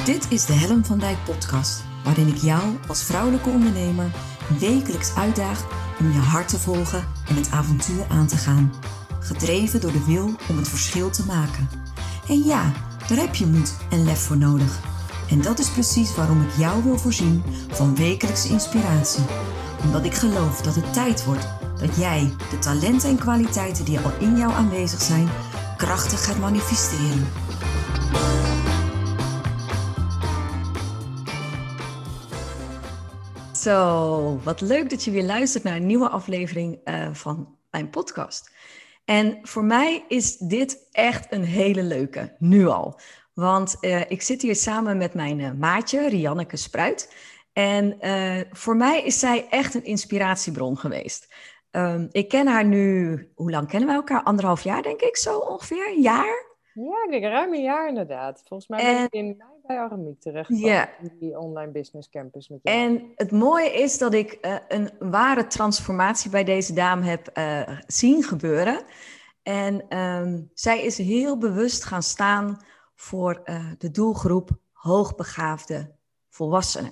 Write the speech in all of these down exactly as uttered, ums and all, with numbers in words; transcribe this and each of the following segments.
Dit is de Helen van Dijk podcast, waarin ik jou als vrouwelijke ondernemer wekelijks uitdaag om je hart te volgen en het avontuur aan te gaan. Gedreven door de wil om het verschil te maken. En ja, daar heb je moed en lef voor nodig. En dat is precies waarom ik jou wil voorzien van wekelijkse inspiratie. Omdat ik geloof dat het tijd wordt dat jij de talenten en kwaliteiten die al in jou aanwezig zijn, krachtig gaat manifesteren. Zo, wat leuk dat je weer luistert naar een nieuwe aflevering uh, van mijn podcast. En voor mij is dit echt een hele leuke, nu al. Want uh, ik zit hier samen met mijn uh, maatje, Rianneke Spruit. En uh, voor mij is zij echt een inspiratiebron geweest. Um, ik ken haar nu, hoe lang kennen wij elkaar? Anderhalf jaar denk ik, zo ongeveer, een jaar? Ja, ik denk ruim een jaar inderdaad. Volgens mij en, ben ik in mei bij Aramiek terechtgekomen, yeah. in die online business campus met jou. En het mooie is dat ik uh, een ware transformatie bij deze dame heb uh, zien gebeuren. En um, zij is heel bewust gaan staan voor uh, de doelgroep hoogbegaafde volwassenen.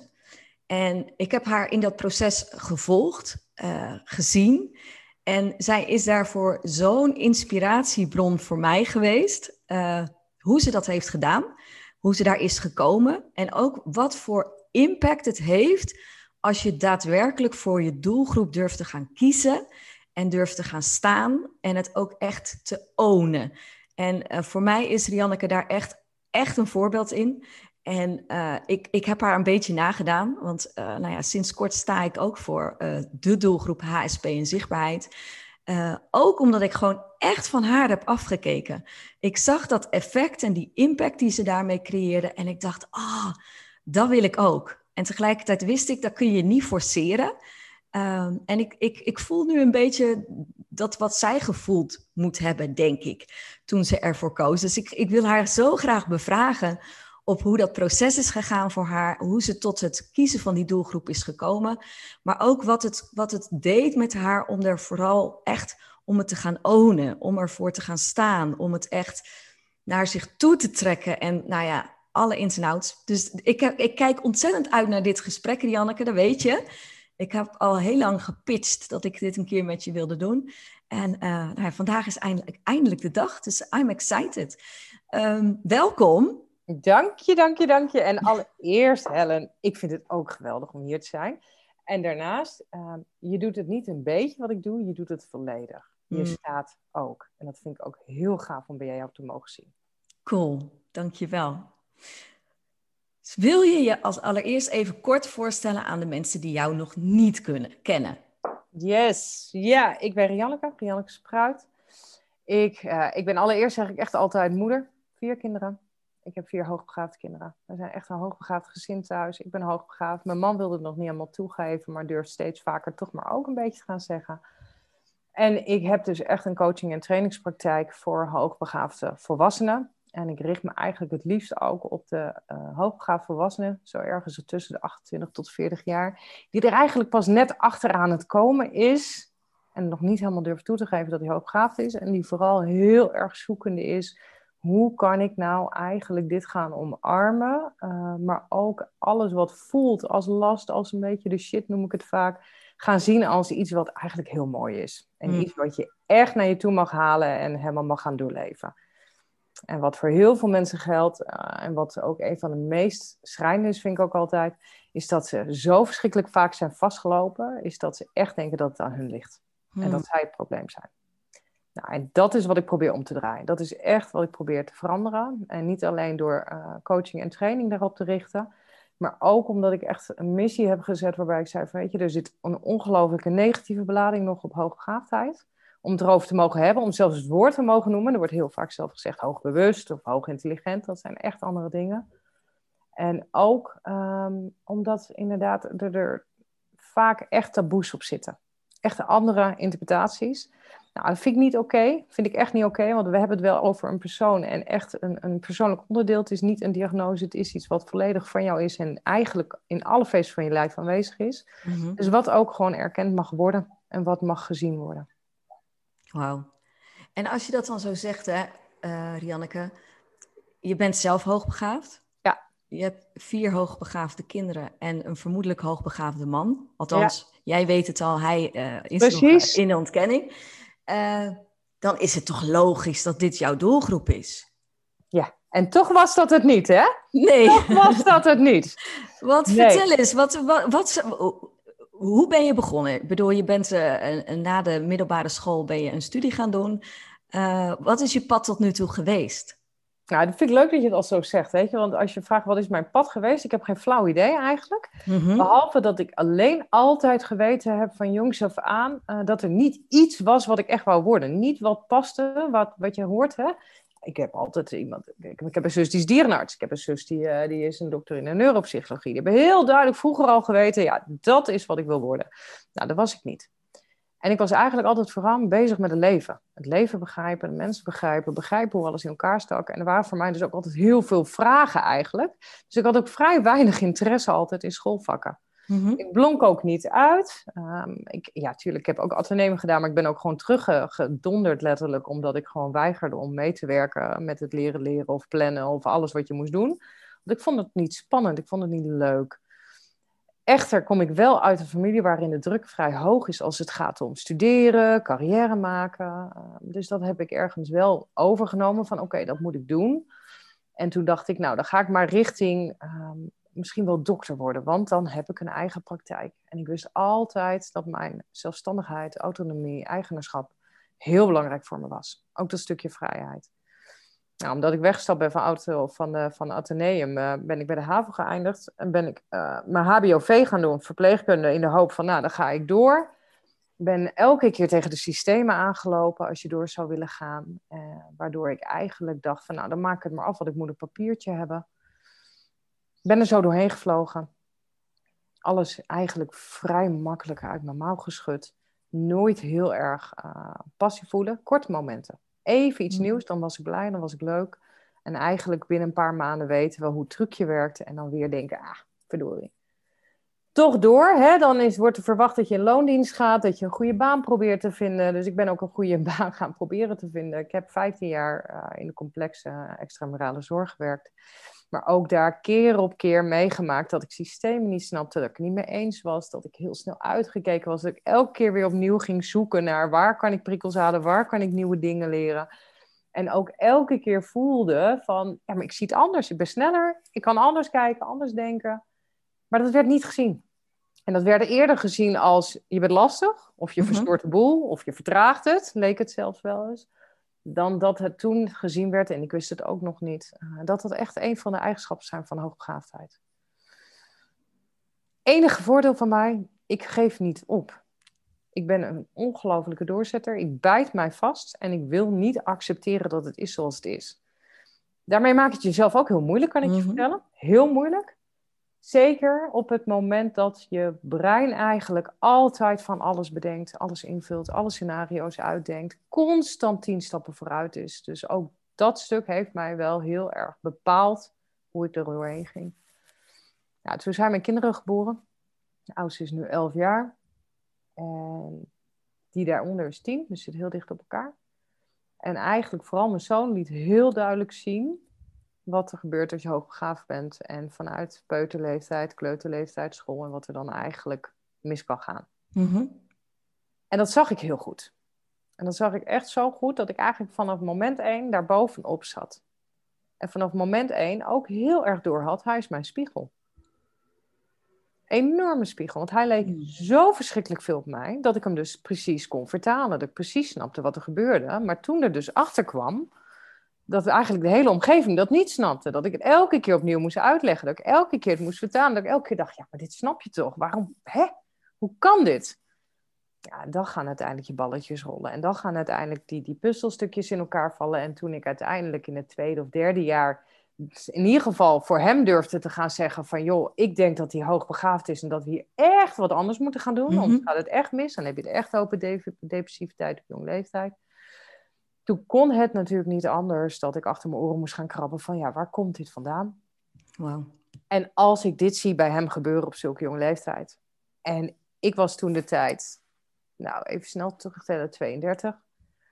En ik heb haar in dat proces gevolgd, uh, gezien. En zij is daarvoor zo'n inspiratiebron voor mij geweest. Uh, hoe ze dat heeft gedaan, hoe ze daar is gekomen. En ook wat voor impact het heeft als je daadwerkelijk voor je doelgroep durft te gaan kiezen. En durft te gaan staan en het ook echt te ownen. En uh, voor mij is Rianneke daar echt, echt een voorbeeld in. En uh, ik, ik heb haar een beetje nagedaan, want uh, nou ja, sinds kort sta ik ook voor uh, de doelgroep H S P en zichtbaarheid. Uh, ook omdat ik gewoon echt van haar heb afgekeken. Ik zag dat effect en die impact die ze daarmee creëerde en ik dacht, ah, oh, dat wil ik ook. En tegelijkertijd wist ik, dat kun je niet forceren. Um, en ik, ik, ik voel nu een beetje dat wat zij gevoeld moet hebben, denk ik, toen ze ervoor koos. Dus ik, ik wil haar zo graag bevragen op hoe dat proces is gegaan voor haar, hoe ze tot het kiezen van die doelgroep is gekomen, maar ook wat het, wat het deed met haar om er vooral echt om het te gaan ownen, om ervoor te gaan staan, om het echt naar zich toe te trekken en nou ja, alle ins en outs. Dus ik, ik kijk ontzettend uit naar dit gesprek, Rianneke, dat weet je. Ik heb al heel lang gepitcht dat ik dit een keer met je wilde doen. En uh, nou ja, vandaag is eindelijk, eindelijk de dag, dus I'm excited. Um, welkom. Dank je, dank je, dank je. En allereerst, Helen, ik vind het ook geweldig om hier te zijn. En daarnaast, uh, je doet het niet een beetje wat ik doe, je doet het volledig. Je mm. staat ook. En dat vind ik ook heel gaaf om bij jou te mogen zien. Cool, dank je wel. Dus wil je je als allereerst even kort voorstellen aan de mensen die jou nog niet kunnen kennen? Yes, ja, ik ben Rianneke, Rianneke Spruit. Ik, uh, ik ben allereerst zeg ik echt altijd moeder, vier kinderen. Ik heb vier hoogbegaafde kinderen. We zijn echt een hoogbegaafd gezin thuis. Ik ben hoogbegaafd. Mijn man wilde het nog niet helemaal toegeven, maar durft steeds vaker toch maar ook een beetje te gaan zeggen. En ik heb dus echt een coaching- en trainingspraktijk voor hoogbegaafde volwassenen. En ik richt me eigenlijk het liefst ook op de uh, hoogbegaafde volwassenen, zo ergens tussen de achtentwintig tot veertig jaar, die er eigenlijk pas net achteraan het komen is en nog niet helemaal durft toe te geven dat hij hoogbegaafd is. En die vooral heel erg zoekende is, hoe kan ik nou eigenlijk dit gaan omarmen, uh, maar ook alles wat voelt als last, als een beetje de shit noem ik het vaak, gaan zien als iets wat eigenlijk heel mooi is. En mm. iets wat je echt naar je toe mag halen en helemaal mag gaan doorleven. En wat voor heel veel mensen geldt, uh, en wat ook een van de meest schrijnende is, vind ik ook altijd, is dat ze zo verschrikkelijk vaak zijn vastgelopen, is dat ze echt denken dat het aan hun ligt. Hmm. En dat zij het probleem zijn. Nou, en dat is wat ik probeer om te draaien. Dat is echt wat ik probeer te veranderen. En niet alleen door uh, coaching en training daarop te richten, maar ook omdat ik echt een missie heb gezet waarbij ik zei van, weet je, er zit een ongelooflijke negatieve belading nog op hoogbegaafdheid. Om het erover te mogen hebben, om zelfs het woord te mogen noemen. Er wordt heel vaak zelf gezegd hoogbewust of hoogintelligent. Dat zijn echt andere dingen. En ook um, omdat inderdaad er, er vaak echt taboes op zitten. Echt andere interpretaties. Nou, dat vind ik niet oké. Okay. Vind ik echt niet oké, okay, want we hebben het wel over een persoon. En echt een, een persoonlijk onderdeel. Het is niet een diagnose, het is iets wat volledig van jou is. En eigenlijk in alle fases van je lijf aanwezig is. Mm-hmm. Dus wat ook gewoon erkend mag worden. En wat mag gezien worden. Wauw. En als je dat dan zo zegt, hè, uh, Rianneke, je bent zelf hoogbegaafd? Ja. je hebt vier hoogbegaafde kinderen en een vermoedelijk hoogbegaafde man. Althans, ja. Jij weet het al, hij uh, is Precies. nog in de ontkenning. Uh, dan is het toch logisch dat dit jouw doelgroep is? Ja, en toch was dat het niet, hè? Nee. Toch was dat het niet. Wat, nee. Vertel eens, wat, wat, wat, hoe ben je begonnen? Ik bedoel, je bent uh, na de middelbare school ben je een studie gaan doen. Uh, wat is je pad tot nu toe geweest? Nou, dat vind ik leuk dat je het al zo zegt, weet je. Want als je vraagt, wat is mijn pad geweest? Ik heb geen flauw idee eigenlijk. Mm-hmm. Behalve dat ik alleen altijd geweten heb van jongs af aan... Uh, dat er niet iets was wat ik echt wou worden. Niet wat paste, wat, wat je hoort, hè. Ik heb altijd iemand... Ik, ik heb een zus die is dierenarts. Ik heb een zus die, uh, die is een dokter in de neuropsychologie. Die hebben heel duidelijk vroeger al geweten... ja, dat is wat ik wil worden. Nou, dat was ik niet. En ik was eigenlijk altijd vooral bezig met het leven. Het leven begrijpen, de mensen begrijpen, begrijpen hoe alles in elkaar stak. En er waren voor mij dus ook altijd heel veel vragen eigenlijk. Dus ik had ook vrij weinig interesse altijd in schoolvakken. Mm-hmm. Ik blonk ook niet uit. Um, ik, ja, tuurlijk, ik heb ook ateneum gedaan, maar ik ben ook gewoon teruggedonderd letterlijk. Omdat ik gewoon weigerde om mee te werken met het leren leren of plannen of alles wat je moest doen. Want ik vond het niet spannend, ik vond het niet leuk. Echter kom ik wel uit een familie waarin de druk vrij hoog is als het gaat om studeren, carrière maken. Dus dat heb ik ergens wel overgenomen van oké, okay, dat moet ik doen. En toen dacht ik, nou dan ga ik maar richting um, misschien wel dokter worden, want dan heb ik een eigen praktijk. En ik wist altijd dat mijn zelfstandigheid, autonomie, eigenaarschap heel belangrijk voor me was. Ook dat stukje vrijheid. Nou, omdat ik weggestapt ben van, auto, van, de, van Atheneum, uh, ben ik bij de HAVO geëindigd. En ben ik uh, mijn H B O V gaan doen, verpleegkunde, in de hoop van, nou, dan ga ik door. Ben elke keer tegen de systemen aangelopen als je door zou willen gaan. Uh, waardoor ik eigenlijk dacht van, nou, dan maak ik het maar af, want ik moet een papiertje hebben. Ben er zo doorheen gevlogen. Alles eigenlijk vrij makkelijk uit mijn mouw geschud. Nooit heel erg uh, passie voelen, korte momenten. Even iets nieuws, dan was ik blij, dan was ik leuk. En eigenlijk binnen een paar maanden weten we hoe het trucje werkt. En dan weer denken, ah, verdorie. Toch door, hè? Dan is, wordt er verwacht dat je in loondienst gaat. Dat je een goede baan probeert te vinden. Dus ik ben ook een goede baan gaan proberen te vinden. Ik heb vijftien jaar uh, in de complexe uh, extramurale zorg gewerkt. Maar ook daar keer op keer meegemaakt dat ik systemen niet snapte, dat ik het niet mee eens was, dat ik heel snel uitgekeken was, dat ik elke keer weer opnieuw ging zoeken naar waar kan ik prikkels halen, waar kan ik nieuwe dingen leren. En ook elke keer voelde van, ja, maar ik zie het anders, ik ben sneller, ik kan anders kijken, anders denken. Maar dat werd niet gezien. En dat werd eerder gezien als, je bent lastig, of je mm-hmm. verstoort de boel, of je vertraagt het, leek het zelfs wel eens. Dan dat het toen gezien werd, en ik wist het ook nog niet, uh, dat het echt een van de eigenschappen zijn van hoogbegaafdheid. Enige voordeel van mij, ik geef niet op. Ik ben een ongelofelijke doorzetter, ik bijt mij vast en ik wil niet accepteren dat het is zoals het is. Daarmee maak je het jezelf ook heel moeilijk, kan ik mm-hmm. je vertellen. Heel moeilijk. Zeker op het moment dat je brein eigenlijk altijd van alles bedenkt, alles invult, alle scenario's uitdenkt, constant tien stappen vooruit is. Dus ook dat stuk heeft mij wel heel erg bepaald hoe ik er doorheen ging. Nou, toen zijn mijn kinderen geboren. De oudste is nu elf jaar. En die daaronder is tien, dus zit heel dicht op elkaar. En eigenlijk vooral mijn zoon liet heel duidelijk zien wat er gebeurt als je hoogbegaafd bent. En vanuit peuterleeftijd, kleuterleeftijd, school en wat er dan eigenlijk mis kan gaan. Mm-hmm. En dat zag ik heel goed. En dat zag ik echt zo goed dat ik eigenlijk vanaf moment één daar bovenop zat. En vanaf moment één ook heel erg door had, hij is mijn spiegel. Enorme spiegel, want hij leek zo verschrikkelijk veel op mij, dat ik hem dus precies kon vertalen. Dat ik precies snapte wat er gebeurde. Maar toen er dus achter kwam dat eigenlijk de hele omgeving dat niet snapte. Dat ik het elke keer opnieuw moest uitleggen. Dat ik elke keer het moest vertalen. Dat ik elke keer dacht, ja, maar dit snap je toch? Waarom, hè? Hoe kan dit? Ja, dan gaan uiteindelijk je balletjes rollen. En dan gaan uiteindelijk die, die puzzelstukjes in elkaar vallen. En toen ik uiteindelijk in het tweede of derde jaar in ieder geval voor hem durfde te gaan zeggen van, joh, ik denk dat hij hoogbegaafd is en dat we hier echt wat anders moeten gaan doen. Mm-hmm. Anders gaat het echt mis. Dan heb je het echt over de- depressiviteit op jonge leeftijd. Toen kon het natuurlijk niet anders dat ik achter mijn oren moest gaan krabben van, ja, waar komt dit vandaan? Wow. En als ik dit zie bij hem gebeuren op zulke jonge leeftijd. En ik was toen de tijd, nou, even snel terugtellen, tweeëndertig.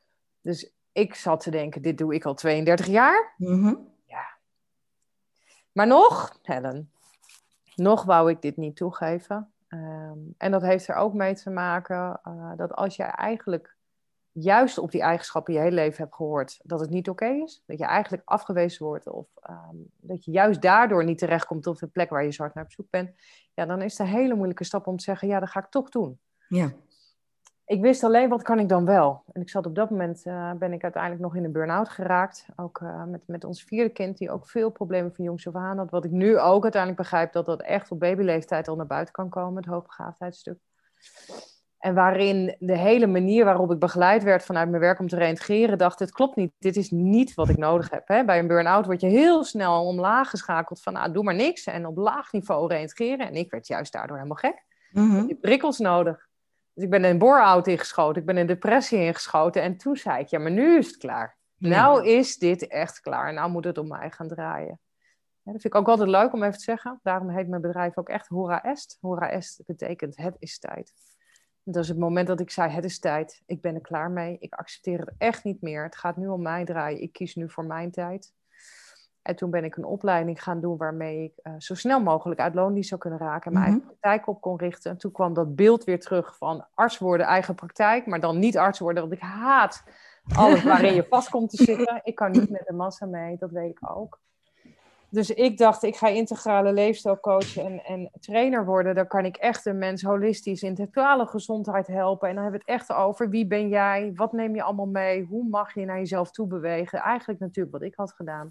Dus ik zat te denken, dit doe ik al tweeëndertig jaar. Mm-hmm. Ja. Maar nog, Helen, nog wou ik dit niet toegeven. Um, en dat heeft er ook mee te maken uh, dat als jij eigenlijk juist op die eigenschappen je hele leven hebt gehoord dat het niet oké is, dat je eigenlijk afgewezen wordt of um, dat je juist daardoor niet terechtkomt op de plek waar je zo hard naar op zoek bent, ja, dan is het een hele moeilijke stap om te zeggen, ja, dat ga ik toch doen. Ja. Ik wist alleen, wat kan ik dan wel? En ik zat op dat moment, uh, ben ik uiteindelijk nog in een burn-out geraakt. Ook uh, met, met ons vierde kind, die ook veel problemen van jongs af aan had. Wat ik nu ook uiteindelijk begrijp, dat dat echt op babyleeftijd al naar buiten kan komen, het hoogbegaafdheidsstuk. En waarin de hele manier waarop ik begeleid werd vanuit mijn werk om te reïntegreren, dacht, het klopt niet, dit is niet wat ik nodig heb. Hè? Bij een burn-out word je heel snel omlaag geschakeld van, nou, doe maar niks. En op laag niveau reïntegreren. En ik werd juist daardoor helemaal gek. Mm-hmm. Ik heb die prikkels nodig. Dus ik ben in een bore-out ingeschoten, ik ben in depressie ingeschoten. En toen zei ik, ja, maar nu is het klaar. Ja. Nou is dit echt klaar. Nou moet het om mij gaan draaien. Ja, dat vind ik ook altijd leuk om even te zeggen. Daarom heet mijn bedrijf ook echt Hora Est. Hora Est betekent het is tijd. Dat is het moment dat ik zei, het is tijd. Ik ben er klaar mee. Ik accepteer het echt niet meer. Het gaat nu om mij draaien. Ik kies nu voor mijn tijd. En toen ben ik een opleiding gaan doen waarmee ik uh, zo snel mogelijk uit loondienst zou kunnen raken. En mijn Mm-hmm. eigen praktijk op kon richten. En toen kwam dat beeld weer terug van arts worden, eigen praktijk. Maar dan niet arts worden, want ik haat alles waarin je vast komt te zitten. Ik kan niet met de massa mee, dat weet ik ook. Dus ik dacht, ik ga integrale leefstijlcoach en, en trainer worden. Dan kan ik echt een mens holistisch in totale gezondheid helpen. En dan hebben we het echt over wie ben jij, wat neem je allemaal mee, hoe mag je naar jezelf toe bewegen. Eigenlijk natuurlijk wat ik had gedaan.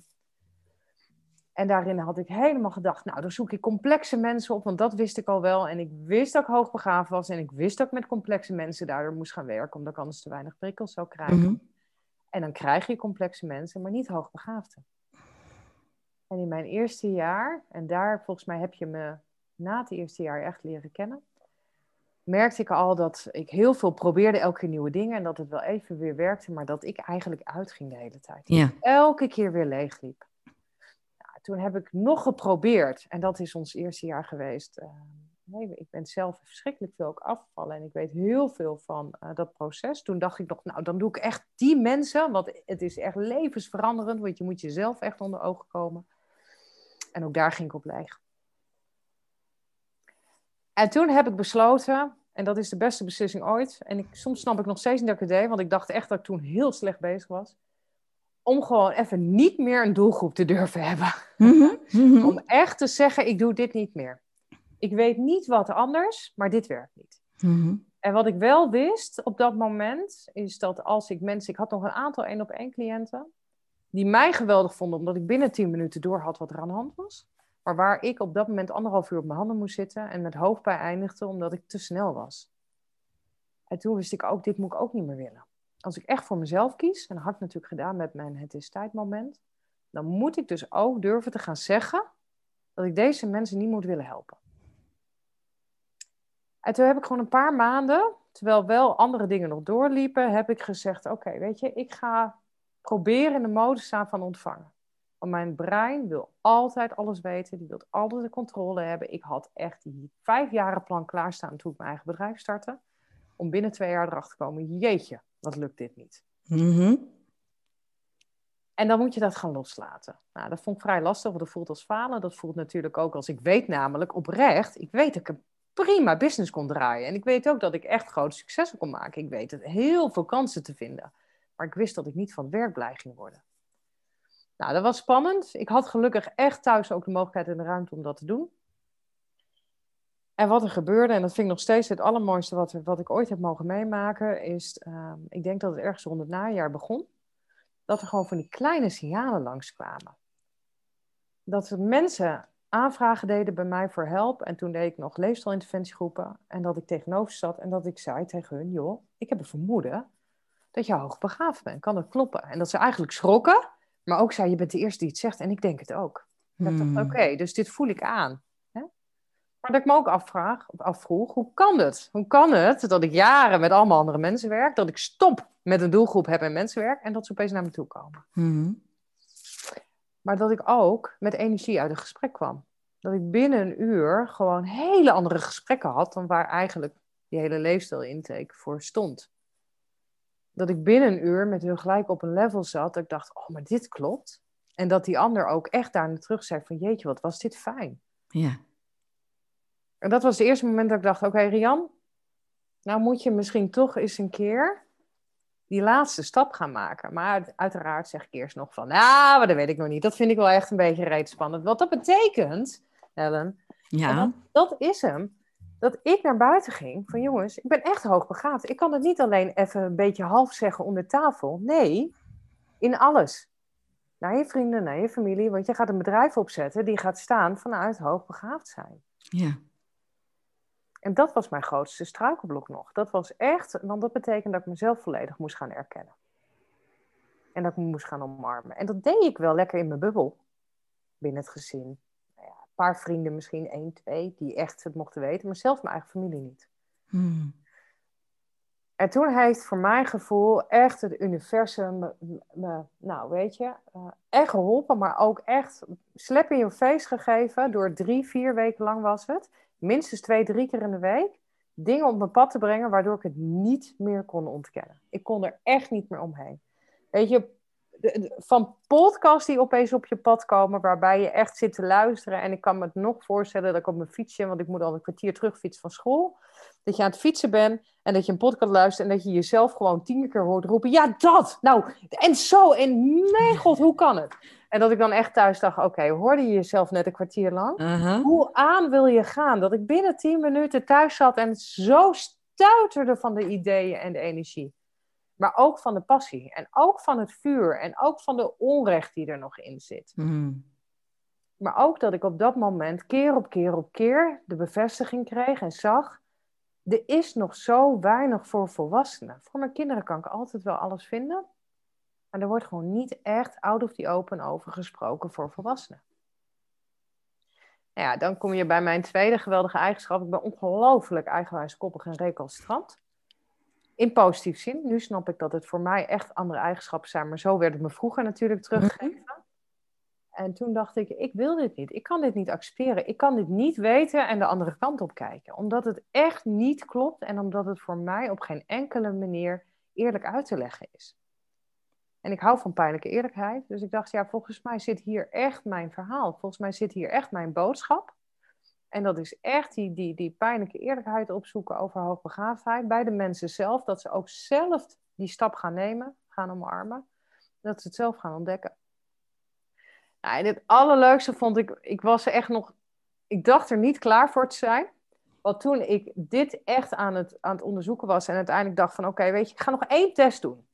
En daarin had ik helemaal gedacht, nou dan zoek ik complexe mensen op, want dat wist ik al wel. En ik wist dat ik hoogbegaafd was en ik wist dat ik met complexe mensen daardoor moest gaan werken, omdat ik anders te weinig prikkels zou krijgen. Mm-hmm. En dan krijg je complexe mensen, maar niet hoogbegaafde. En in mijn eerste jaar, en daar volgens mij heb je me na het eerste jaar echt leren kennen, merkte ik al dat ik heel veel probeerde, elke keer nieuwe dingen, en dat het wel even weer werkte, maar dat ik eigenlijk uitging de hele tijd. Ja. Elke keer weer leegliep. Nou, toen heb ik nog geprobeerd, en dat is ons eerste jaar geweest. Uh, nee, ik ben zelf verschrikkelijk veel ook afgevallen en ik weet heel veel van uh, dat proces. Toen dacht ik nog, nou dan doe ik echt die mensen, want het is echt levensveranderend, want je moet jezelf echt onder ogen komen. En ook daar ging ik op leeg. En toen heb ik besloten, en dat is de beste beslissing ooit, en ik, soms snap ik nog steeds niet dat ik het deed, want ik dacht echt dat ik toen heel slecht bezig was, om gewoon even niet meer een doelgroep te durven hebben. Mm-hmm. Mm-hmm. Om echt te zeggen, ik doe dit niet meer. Ik weet niet wat anders, maar dit werkt niet. Mm-hmm. En wat ik wel wist op dat moment, is dat als ik mensen, ik had nog een aantal één op één cliënten, die mij geweldig vonden, omdat ik binnen tien minuten door had wat er aan de hand was. Maar waar ik op dat moment anderhalf uur op mijn handen moest zitten en met hoofdpijn eindigde, omdat ik te snel was. En toen wist ik ook, dit moet ik ook niet meer willen. Als ik echt voor mezelf kies, en dat had ik natuurlijk gedaan met mijn het is tijd moment, dan moet ik dus ook durven te gaan zeggen dat ik deze mensen niet moet willen helpen. En toen heb ik gewoon een paar maanden, terwijl wel andere dingen nog doorliepen, heb ik gezegd, oké, okay, weet je, ik ga proberen in de mode staan van ontvangen. Want mijn brein wil altijd alles weten, die wil altijd de controle hebben. Ik had echt die vijf jaren plan klaarstaan toen ik mijn eigen bedrijf startte, om binnen twee jaar erachter te komen, jeetje, wat lukt dit niet. Mm-hmm. En dan moet je dat gaan loslaten. Nou, dat vond ik vrij lastig, want dat voelt als falen. Dat voelt natuurlijk ook als, ik weet namelijk oprecht, ik weet dat ik een prima business kon draaien. En ik weet ook dat ik echt grote successen kon maken. Ik weet het, heel veel kansen te vinden. Maar ik wist dat ik niet van het werk blij ging worden. Nou, dat was spannend. Ik had gelukkig echt thuis ook de mogelijkheid en de ruimte om dat te doen. En wat er gebeurde, en dat vind ik nog steeds het allermooiste wat, wat ik ooit heb mogen meemaken, is, uh, ik denk dat het ergens rond het najaar begon, dat er gewoon van die kleine signalen langskwamen. Dat er mensen aanvragen deden bij mij voor help. En toen deed ik nog leefstijlinterventiegroepen. En dat ik tegenover zat en dat ik zei tegen hun, joh, ik heb een vermoeden dat je hoogbegaafd bent. Kan dat kloppen? En dat ze eigenlijk schrokken, maar ook zei, je bent de eerste die het zegt en ik denk het ook. Hmm. Ik dacht, oké, okay, dus dit voel ik aan. Hè? Maar dat ik me ook afvraag, of afvroeg, hoe kan het? Hoe kan het dat ik jaren met allemaal andere mensen werk, dat ik stop met een doelgroep heb en mensen werk en dat ze opeens naar me toe komen? Mm-hmm. Maar dat ik ook met energie uit een gesprek kwam. Dat ik binnen een uur gewoon hele andere gesprekken had dan waar eigenlijk die hele leefstijl-intake voor stond. Dat ik binnen een uur met hun gelijk op een level zat, dat ik dacht, oh, maar dit klopt. En dat die ander ook echt daarna terug zei van jeetje, wat was dit fijn. Ja. En dat was het eerste moment dat ik dacht, oké, okay, Rian, nou moet je misschien toch eens een keer die laatste stap gaan maken. Maar uiteraard zeg ik eerst nog van, nou, maar dat weet ik nog niet. Dat vind ik wel echt een beetje reet spannend. Wat dat betekent, Ellen, Ja. en dat, dat is hem, dat ik naar buiten ging van jongens, ik ben echt hoogbegaafd. Ik kan het niet alleen even een beetje half zeggen onder tafel. Nee, in alles. Naar je vrienden, naar je familie. Want je gaat een bedrijf opzetten die gaat staan vanuit hoogbegaafd zijn. Ja. En dat was mijn grootste struikelblok nog. Dat was echt, want dat betekent dat ik mezelf volledig moest gaan erkennen. En dat ik me moest gaan omarmen. En dat deed ik wel lekker in mijn bubbel. Binnen het gezin. Nou ja, een paar vrienden, misschien één, twee, die echt het mochten weten. Maar zelfs mijn eigen familie niet. Hmm. En toen heeft voor mijn gevoel echt het universum me, me nou weet je, uh, echt geholpen. Maar ook echt slap in je face gegeven. Door drie, vier weken lang was het. Minstens twee, drie keer in de week. Dingen op mijn pad te brengen waardoor ik het niet meer kon ontkennen. Ik kon er echt niet meer omheen. Weet je, de, de, van podcasts die opeens op je pad komen, waarbij je echt zit te luisteren. En ik kan me het nog voorstellen dat ik op mijn fietsje, want ik moet al een kwartier terugfietsen van school. Dat je aan het fietsen bent en dat je een podcast luistert en dat je jezelf gewoon tien keer hoort roepen. Ja, dat! Nou, en zo, en mijn god, hoe kan het? En dat ik dan echt thuis dacht, oké, okay, hoorde je jezelf net een kwartier lang? Uh-huh. Hoe aan wil je gaan? Dat ik binnen tien minuten thuis zat en zo stuiterde van de ideeën en de energie. Maar ook van de passie. En ook van het vuur. En ook van de onrecht die er nog in zit. Mm. Maar ook dat ik op dat moment keer op keer op keer de bevestiging kreeg en zag. Er is nog zo weinig voor volwassenen. Voor mijn kinderen kan ik altijd wel alles vinden. Maar er wordt gewoon niet echt out of the open over gesproken voor volwassenen. Nou ja, dan kom je bij mijn tweede geweldige eigenschap. Ik ben ongelooflijk eigenwijs, koppig en recalcitrant. In positief zin. Nu snap ik dat het voor mij echt andere eigenschappen zijn. Maar zo werd het me vroeger natuurlijk teruggegeven. Mm-hmm. En toen dacht ik, ik wil dit niet. Ik kan dit niet accepteren. Ik kan dit niet weten en de andere kant op kijken. Omdat het echt niet klopt. En omdat het voor mij op geen enkele manier eerlijk uit te leggen is. En ik hou van pijnlijke eerlijkheid. Dus ik dacht, ja, volgens mij zit hier echt mijn verhaal. Volgens mij zit hier echt mijn boodschap. En dat is echt die, die, die pijnlijke eerlijkheid opzoeken over hoogbegaafdheid. Bij de mensen zelf. Dat ze ook zelf die stap gaan nemen. Gaan omarmen. Dat ze het zelf gaan ontdekken. Nou, en het allerleukste vond ik... Ik was er echt nog... Ik dacht er niet klaar voor te zijn. Want toen ik dit echt aan het, aan het onderzoeken was. En uiteindelijk dacht van... Oké, okay, weet je, ik ga nog één test doen.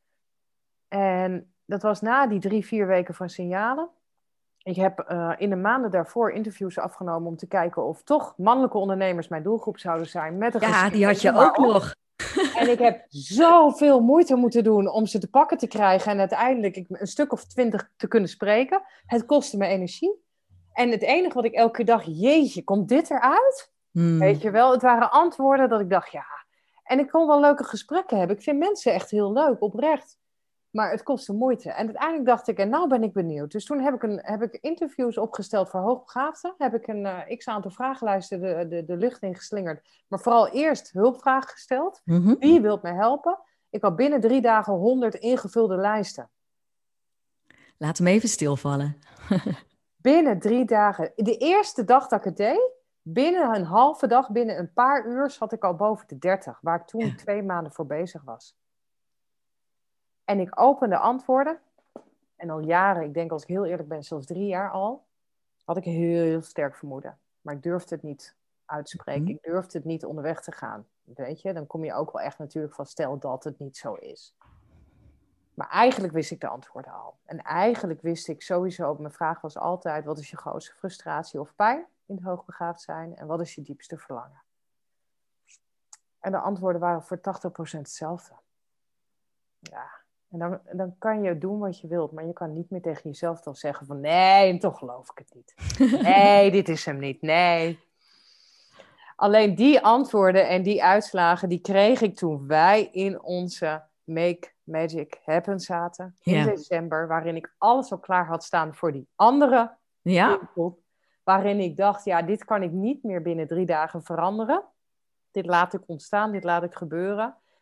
En dat was na die drie, vier weken van signalen. Ik heb uh, in de maanden daarvoor interviews afgenomen om te kijken of toch mannelijke ondernemers mijn doelgroep zouden zijn. Met een ja, gesprek, die had je ook nog. En ik heb zoveel moeite moeten doen om ze te pakken te krijgen en uiteindelijk een stuk of twintig te kunnen spreken. Het kostte me energie. En het enige wat ik elke keer dacht, jeetje, komt dit eruit? Hmm. Weet je wel, het waren antwoorden dat ik dacht, ja. En ik kon wel leuke gesprekken hebben. Ik vind mensen echt heel leuk, oprecht. Maar het kostte moeite. En uiteindelijk dacht ik, en nou ben ik benieuwd. Dus toen heb ik, een, heb ik interviews opgesteld voor hoogbegaafden. Heb ik een uh, x-aantal vragenlijsten de, de, de lucht in geslingerd. Maar vooral eerst hulpvragen gesteld. Mm-hmm. Wie wilt mij helpen? Ik had binnen drie dagen honderd ingevulde lijsten. Laat hem even stilvallen. Binnen drie dagen. De eerste dag dat ik het deed, binnen een halve dag, binnen een paar uur, zat ik al boven de dertig. Waar ik toen ja. twee maanden voor bezig was. En ik opende antwoorden. En al jaren, ik denk als ik heel eerlijk ben, zelfs drie jaar al, had ik heel, heel sterk vermoeden. Maar ik durfde het niet uit te spreken. Mm-hmm. Ik durfde het niet onderweg te gaan. Weet je, dan kom je ook wel echt natuurlijk van stel dat het niet zo is. Maar eigenlijk wist ik de antwoorden al. En eigenlijk wist ik sowieso, mijn vraag was altijd, wat is je grootste frustratie of pijn in het hoogbegaafd zijn? En wat is je diepste verlangen? En de antwoorden waren voor tachtig procent hetzelfde. Ja. En dan, dan kan je doen wat je wilt, maar je kan niet meer tegen jezelf dan zeggen van nee, en toch geloof ik het niet. Nee, dit is hem niet, nee. Alleen die antwoorden en die uitslagen, die kreeg ik toen wij in onze Make Magic Happen zaten. In ja. december, waarin ik alles al klaar had staan voor die andere ja. input. Waarin ik dacht, ja, dit kan ik niet meer binnen drie dagen veranderen. Dit laat ik ontstaan, dit laat ik gebeuren.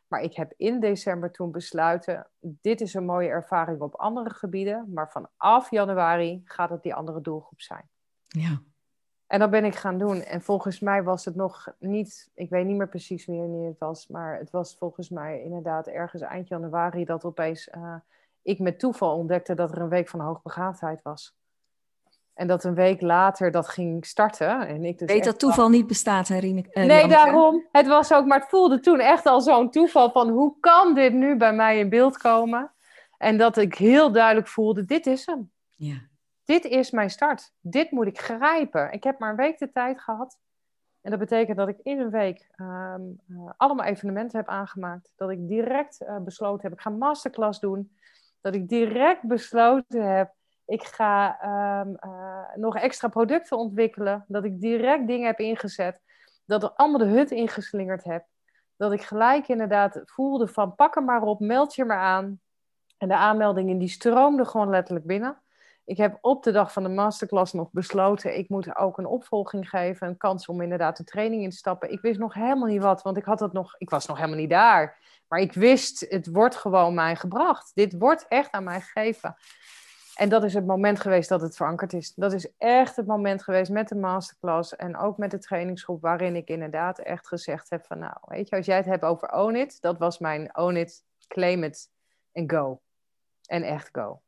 Maar ik heb in december toen besluiten, dit is een mooie ervaring op andere gebieden, maar vanaf januari gaat het die andere doelgroep zijn. Ja. En dat ben ik gaan doen. En volgens mij was het nog niet, ik weet niet meer precies wanneer het was, maar het was volgens mij inderdaad ergens eind januari dat opeens uh, ik met toeval ontdekte dat er een week van hoogbegaafdheid was. En dat een week later dat ging starten. En ik dus Weet dat toeval niet bestaat, hè, Riene, uh, Nee, daarom. Het was ook, maar het voelde toen echt al zo'n toeval van hoe kan dit nu bij mij in beeld komen? En dat ik heel duidelijk voelde, dit is hem. Ja. Dit is mijn start. Dit moet ik grijpen. Ik heb maar een week de tijd gehad. En dat betekent dat ik in een week um, uh, allemaal evenementen heb aangemaakt. Dat ik direct uh, besloten heb, ik ga een masterclass doen. Dat ik direct besloten heb, ik ga um, uh, nog extra producten ontwikkelen. Dat ik direct dingen heb ingezet. Dat ik allemaal de hut ingeslingerd heb. Dat ik gelijk inderdaad voelde van pak hem maar op, meld je maar aan. En de aanmeldingen die stroomden gewoon letterlijk binnen. Ik heb op de dag van de masterclass nog besloten, ik moet ook een opvolging geven, een kans om inderdaad de training in te stappen. Ik wist nog helemaal niet wat, want ik had het nog, ik was nog helemaal niet daar. Maar ik wist, het wordt gewoon mij gebracht. Dit wordt echt aan mij gegeven. En dat is het moment geweest dat het verankerd is. Dat is echt het moment geweest met de masterclass en ook met de trainingsgroep, waarin ik inderdaad echt gezegd heb van, nou, weet je, als jij het hebt over own it, dat was mijn own it, claim it en go. En echt go.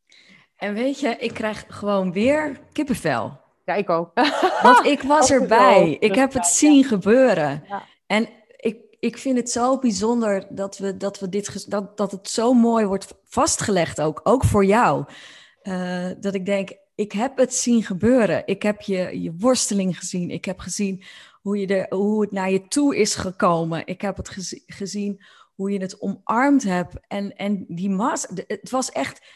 En weet je, ik krijg gewoon weer kippenvel. Ja, ik ook. Want ik was erbij. Ik heb het zien gebeuren. Ja. En ik, ik vind het zo bijzonder dat, we, dat, we dit, dat, dat het zo mooi wordt vastgelegd ook. Ook voor jou. Uh, dat ik denk, ik heb het zien gebeuren. Ik heb je, je worsteling gezien. Ik heb gezien hoe, je er, hoe het naar je toe is gekomen. Ik heb het gez, gezien hoe je het omarmd hebt. En, en die mas, het was echt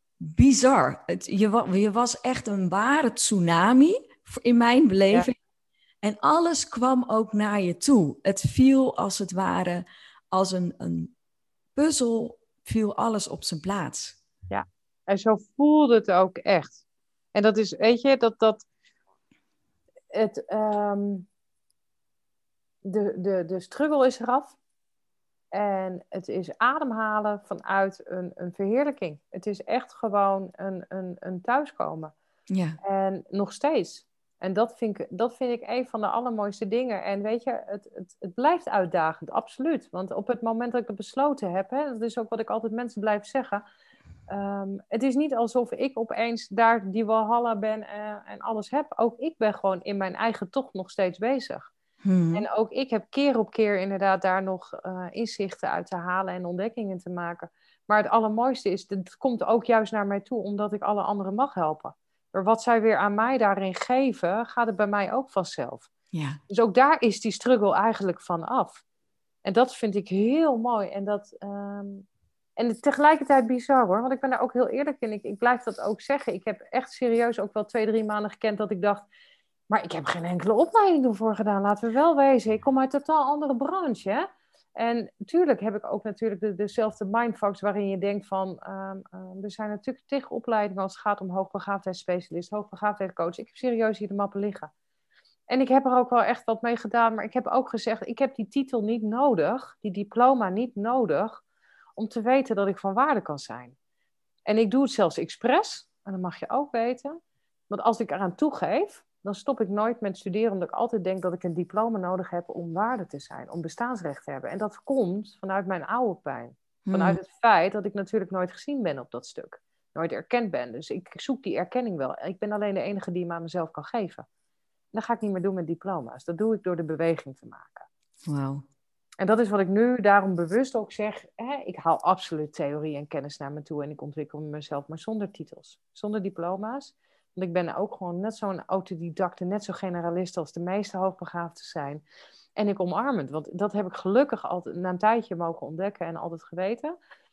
bizar. Het, je, je was echt een ware tsunami in mijn beleving. Ja. En alles kwam ook naar je toe. Het viel als het ware als een, een puzzel, viel alles op zijn plaats. Ja, en zo voelde het ook echt. En dat is, weet je, dat, dat het, um, de, de, de struggle is eraf. En het is ademhalen vanuit een, een verheerlijking. Het is echt gewoon een, een, een thuiskomen. Ja. En nog steeds. En dat vind ik, dat vind ik een van de allermooiste dingen. En weet je, het, het, het blijft uitdagend, absoluut. Want op het moment dat ik het besloten heb, hè, dat is ook wat ik altijd mensen blijf zeggen. Um, het is niet alsof ik opeens daar die Walhalla ben uh, en alles heb. Ook ik ben gewoon in mijn eigen tocht nog steeds bezig. Hmm. En ook ik heb keer op keer inderdaad daar nog uh, inzichten uit te halen en ontdekkingen te maken. Maar het allermooiste is, het komt ook juist naar mij toe, omdat ik alle anderen mag helpen. Maar wat zij weer aan mij daarin geven, gaat het bij mij ook vanzelf. Ja. Dus ook daar is die struggle eigenlijk van af. En dat vind ik heel mooi. En, dat, um... en tegelijkertijd bizar hoor, want ik ben daar ook heel eerlijk in. Ik, ik blijf dat ook zeggen. Ik heb echt serieus ook wel twee, drie maanden gekend dat ik dacht, maar ik heb geen enkele opleiding ervoor gedaan, laten we wel wezen. Ik kom uit een totaal andere branche, hè. En natuurlijk heb ik ook natuurlijk de, dezelfde mindfucks waarin je denkt van, um, um, er zijn natuurlijk tegen opleidingen als het gaat om hoogbegaafdheidsspecialist, hoogbegaafdheidscoach. Ik heb serieus hier de mappen liggen. En ik heb er ook wel echt wat mee gedaan, maar ik heb ook gezegd, ik heb die titel niet nodig, die diploma niet nodig, om te weten dat ik van waarde kan zijn. En ik doe het zelfs expres, en dat mag je ook weten, want als ik eraan toegeef, dan stop ik nooit met studeren, omdat ik altijd denk dat ik een diploma nodig heb om waarde te zijn, om bestaansrecht te hebben. En dat komt vanuit mijn oude pijn. Vanuit hmm. het feit dat ik natuurlijk nooit gezien ben op dat stuk. Nooit erkend ben. Dus ik zoek die erkenning wel. Ik ben alleen de enige die hem aan mezelf kan geven. En dat ga ik niet meer doen met diploma's. Dat doe ik door de beweging te maken. Wauw. En dat is wat ik nu daarom bewust ook zeg. Hè, ik haal absoluut theorie en kennis naar me toe en ik ontwikkel mezelf, maar zonder titels. Zonder diploma's. Want ik ben ook gewoon net zo'n autodidacte, net zo generalist als de meeste hoogbegaafden zijn. En ik omarm het, want dat heb ik gelukkig altijd na een tijdje mogen ontdekken en altijd geweten.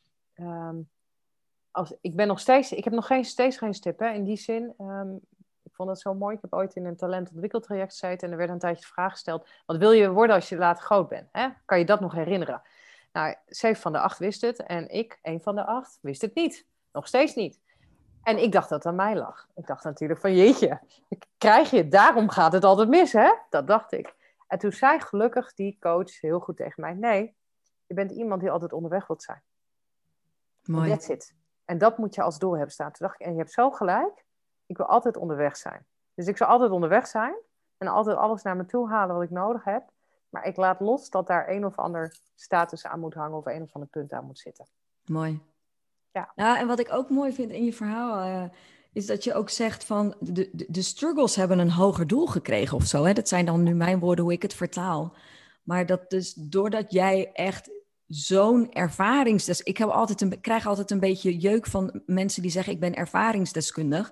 Um, als, ik ben nog steeds, ik heb nog geen, steeds geen stip, hè, in die zin. Um, ik vond het zo mooi. Ik heb ooit in een talentontwikkeltraject gezeten en er werd een tijdje de vraag gesteld, wat wil je worden als je later groot bent? Hè? Kan je dat nog herinneren? Nou, zeven van de acht wist het en ik, één van de acht, wist het niet. Nog steeds niet. En ik dacht dat het aan mij lag. Ik dacht natuurlijk van jeetje, krijg je het, daarom gaat het altijd mis, hè? Dat dacht ik. En toen zei gelukkig die coach heel goed tegen mij, nee, Je bent iemand die altijd onderweg wilt zijn. Mooi. That's it. En dat moet je als doel hebben staan. Toen dacht ik, en je hebt zo gelijk, ik wil altijd onderweg zijn. Dus ik zal altijd onderweg zijn en altijd alles naar me toe halen wat ik nodig heb. Maar ik laat los dat daar een of ander status aan moet hangen of een of ander punt aan moet zitten. Mooi. Ja. Nou, en wat ik ook mooi vind in je verhaal, uh, is dat je ook zegt van de, de, de struggles hebben een hoger doel gekregen of zo. Hè? Dat zijn dan nu mijn woorden hoe ik het vertaal. Maar dat dus doordat jij echt zo'n ervarings... Dus ik heb altijd een, krijg altijd een beetje jeuk van mensen die zeggen ik ben ervaringsdeskundig.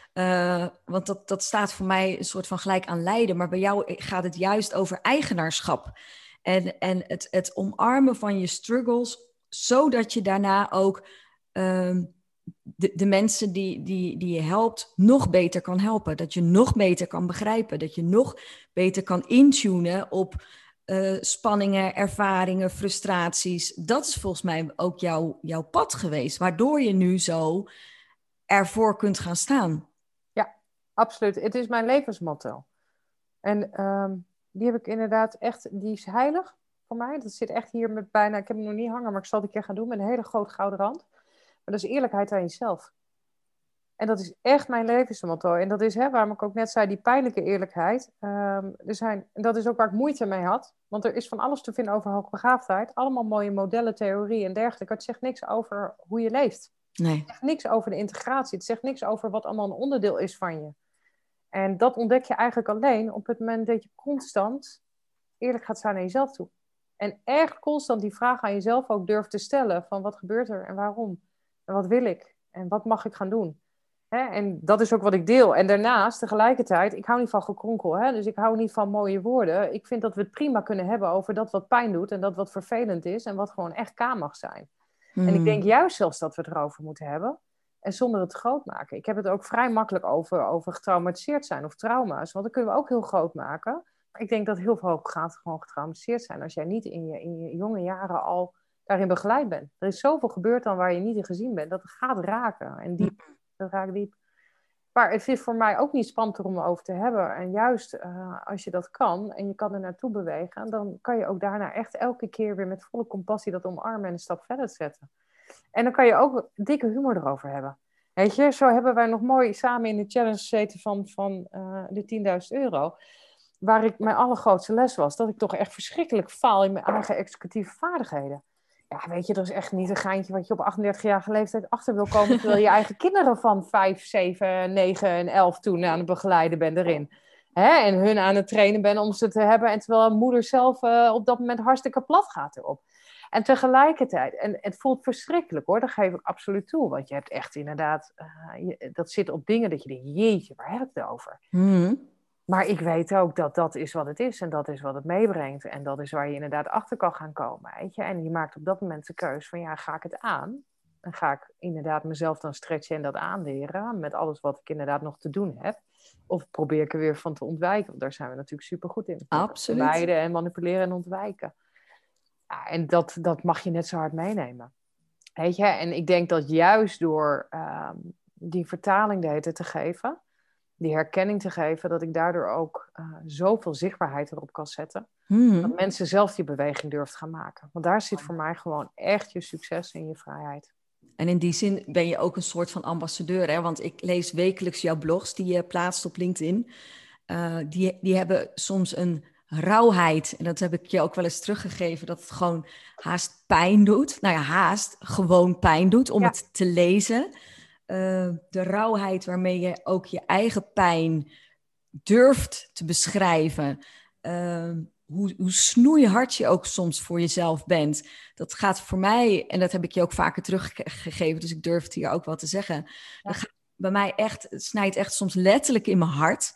Uh, want dat, dat staat voor mij een soort van gelijk aan lijden. Maar bij jou gaat het juist over eigenaarschap. En, en het, het omarmen van je struggles, zodat je daarna ook uh, de, de mensen die, die, die je helpt nog beter kan helpen. Dat je nog beter kan begrijpen. Dat je nog beter kan intunen op uh, spanningen, ervaringen, frustraties. Dat is volgens mij ook jouw, jouw pad geweest. Waardoor je nu zo ervoor kunt gaan staan. Ja, absoluut. Het is mijn levensmotto. En um, die heb ik inderdaad echt, die is heilig voor mij. Dat zit echt hier met bijna, ik heb hem nog niet hangen, maar ik zal het een keer gaan doen met een hele grote gouden rand. Maar dat is eerlijkheid aan jezelf. En dat is echt mijn levensmotto. En dat is, hè, waarom ik ook net zei, die pijnlijke eerlijkheid. Um, er zijn, en dat is ook waar ik moeite mee had. Want er is van alles te vinden over hoogbegaafdheid. Allemaal mooie modellen, theorie en dergelijke. Het zegt niks over hoe je leeft. Nee. Het zegt niks over de integratie. Het zegt niks over wat allemaal een onderdeel is van je. En dat ontdek je eigenlijk alleen op het moment dat je constant eerlijk gaat staan naar jezelf toe. En echt constant die vraag aan jezelf ook durft te stellen van wat gebeurt er en waarom? En wat wil ik? En wat mag ik gaan doen? Hè? En dat is ook wat ik deel. En daarnaast, tegelijkertijd, ik hou niet van gekronkel. Hè? Dus ik hou niet van mooie woorden. Ik vind dat we het prima kunnen hebben over dat wat pijn doet en dat wat vervelend is en wat gewoon echt K mag zijn. Hmm. En ik denk juist zelfs dat we het erover moeten hebben. En zonder het groot maken. Ik heb het ook vrij makkelijk over, over getraumatiseerd zijn of trauma's. Want dat kunnen we ook heel groot maken. Maar ik denk dat heel veel hoogbegaafden gewoon getraumatiseerd zijn. Als jij niet in je, in je jonge jaren al daarin begeleid bent. Er is zoveel gebeurd dan waar je niet in gezien bent. Dat het gaat raken. En diep. Dat raakt diep. Maar het is voor mij ook niet spannend om over te hebben. En juist uh, als je dat kan en je kan er naartoe bewegen. Dan kan je ook daarna echt elke keer weer met volle compassie dat omarmen en een stap verder zetten. En dan kan je ook dikke humor erover hebben. Weet je, zo hebben wij nog mooi samen in de challenge gezeten van, van uh, de tienduizend euro. Waar ik mijn allergrootste les was. Dat ik toch echt verschrikkelijk faal in mijn eigen executieve vaardigheden. Ja, weet je, dat is echt niet een geintje wat je op achtendertigjarige leeftijd achter wil komen. Terwijl je eigen kinderen van vijf, zeven, negen en elf toen aan het begeleiden bent erin. Hè? En hun aan het trainen ben om ze te hebben. En terwijl moeder zelf uh, op dat moment hartstikke plat gaat erop. En tegelijkertijd, en het voelt verschrikkelijk hoor, dat geef ik absoluut toe. Want je hebt echt inderdaad, uh, je, dat zit op dingen dat je denkt, jeetje, waar heb ik het over? Mm. Maar ik weet ook dat dat is wat het is en dat is wat het meebrengt. En dat is waar je inderdaad achter kan gaan komen, weet je. En je maakt op dat moment de keus van, ja, ga ik het aan? En ga ik inderdaad mezelf dan stretchen en dat aanleren met alles wat ik inderdaad nog te doen heb? Of probeer ik er weer van te ontwijken? Want daar zijn we natuurlijk super goed in. Absoluut. Vermijden en manipuleren en ontwijken. Ja, en dat, dat mag je net zo hard meenemen. Weet je? En ik denk dat juist door uh, die vertaling de hele te geven, die herkenning te geven, dat ik daardoor ook uh, zoveel zichtbaarheid erop kan zetten. Hmm. Dat mensen zelf die beweging durven gaan maken. Want daar zit voor mij gewoon echt je succes en je vrijheid. En in die zin ben je ook een soort van ambassadeur, hè? Want ik lees wekelijks jouw blogs die je plaatst op LinkedIn. Uh, die, die hebben soms een rauwheid, en dat heb ik je ook wel eens teruggegeven, dat het gewoon haast pijn doet. Nou ja, haast gewoon pijn doet om ja. het te lezen. Uh, de rauwheid waarmee je ook je eigen pijn durft te beschrijven. Uh, hoe, hoe snoeihard je ook soms voor jezelf bent. Dat gaat voor mij, en dat heb ik je ook vaker teruggegeven, dus ik durf het hier ook wel te zeggen. Ja. Dat gaat bij mij echt, het snijdt echt soms letterlijk in mijn hart.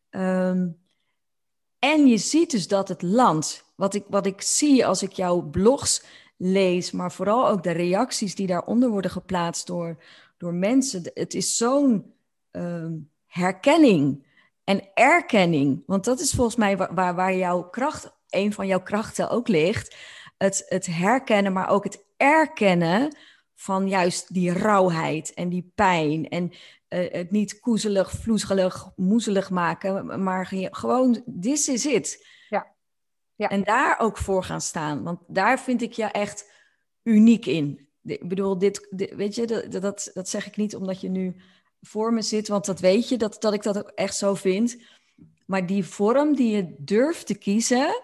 Um, En je ziet dus dat het landt. Wat ik, wat ik zie als ik jouw blogs lees, maar vooral ook de reacties die daaronder worden geplaatst door, door mensen. Het is zo'n um, herkenning en erkenning. Want dat is volgens mij waar, waar, waar jouw kracht, een van jouw krachten ook ligt. Het, het herkennen, maar ook het erkennen van juist die rauwheid en die pijn. En uh, het niet koezelig, vloezelig, moezelig maken, maar gewoon, this is it. Ja, Ja. En daar ook voor gaan staan. Want daar vind ik je echt uniek in. Ik bedoel, dit, dit weet je, dat, dat, dat zeg ik niet omdat je nu voor me zit, want dat weet je, dat, dat ik dat ook echt zo vind. Maar die vorm die je durft te kiezen,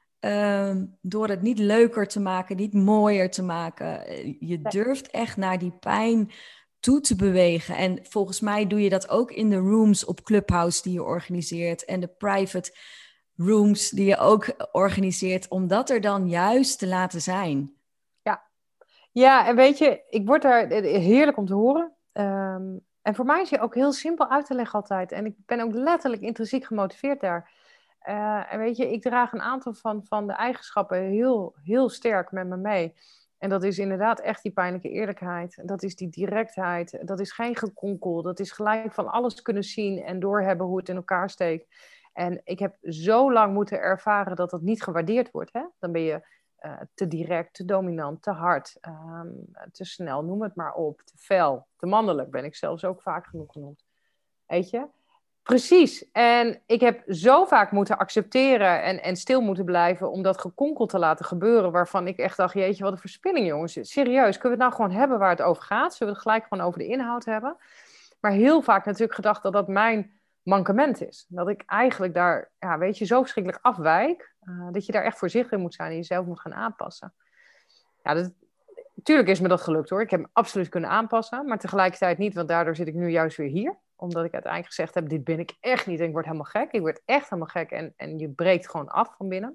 uh, door het niet leuker te maken, niet mooier te maken. Je durft echt naar die pijn toe te bewegen. En volgens mij doe je dat ook in de rooms op Clubhouse die je organiseert en de private rooms die je ook organiseert, om dat er dan juist te laten zijn. Ja, ja, en weet je, ik word daar heerlijk om te horen. Um, en voor mij is je ook heel simpel uit te leggen altijd. En ik ben ook letterlijk intrinsiek gemotiveerd daar. Uh, en weet je, ik draag een aantal van, van de eigenschappen heel, heel sterk met me mee. En dat is inderdaad echt die pijnlijke eerlijkheid. Dat is die directheid. Dat is geen gekonkel. Dat is gelijk van alles kunnen zien en doorhebben hoe het in elkaar steekt. En ik heb zo lang moeten ervaren dat dat niet gewaardeerd wordt. Hè? Dan ben je uh, te direct, te dominant, te hard, um, te snel, noem het maar op. Te fel, te mannelijk ben ik zelfs ook vaak genoeg genoemd. Weet je? Precies. En ik heb zo vaak moeten accepteren en, en stil moeten blijven om dat gekonkel te laten gebeuren, waarvan ik echt dacht, jeetje, wat een verspilling, jongens. Serieus, kunnen we het nou gewoon hebben waar het over gaat? Zullen we het gelijk gewoon over de inhoud hebben? Maar heel vaak natuurlijk gedacht dat dat mijn mankement is. Dat ik eigenlijk daar, ja, weet je, zo verschrikkelijk afwijk, uh, dat je daar echt voorzichtig in moet zijn en jezelf moet gaan aanpassen. Ja, dat, natuurlijk is me dat gelukt hoor. Ik heb me absoluut kunnen aanpassen, maar tegelijkertijd niet, want daardoor zit ik nu juist weer hier. Omdat ik uiteindelijk gezegd heb, dit ben ik echt niet en ik word helemaal gek. Ik word echt helemaal gek en, en je breekt gewoon af van binnen.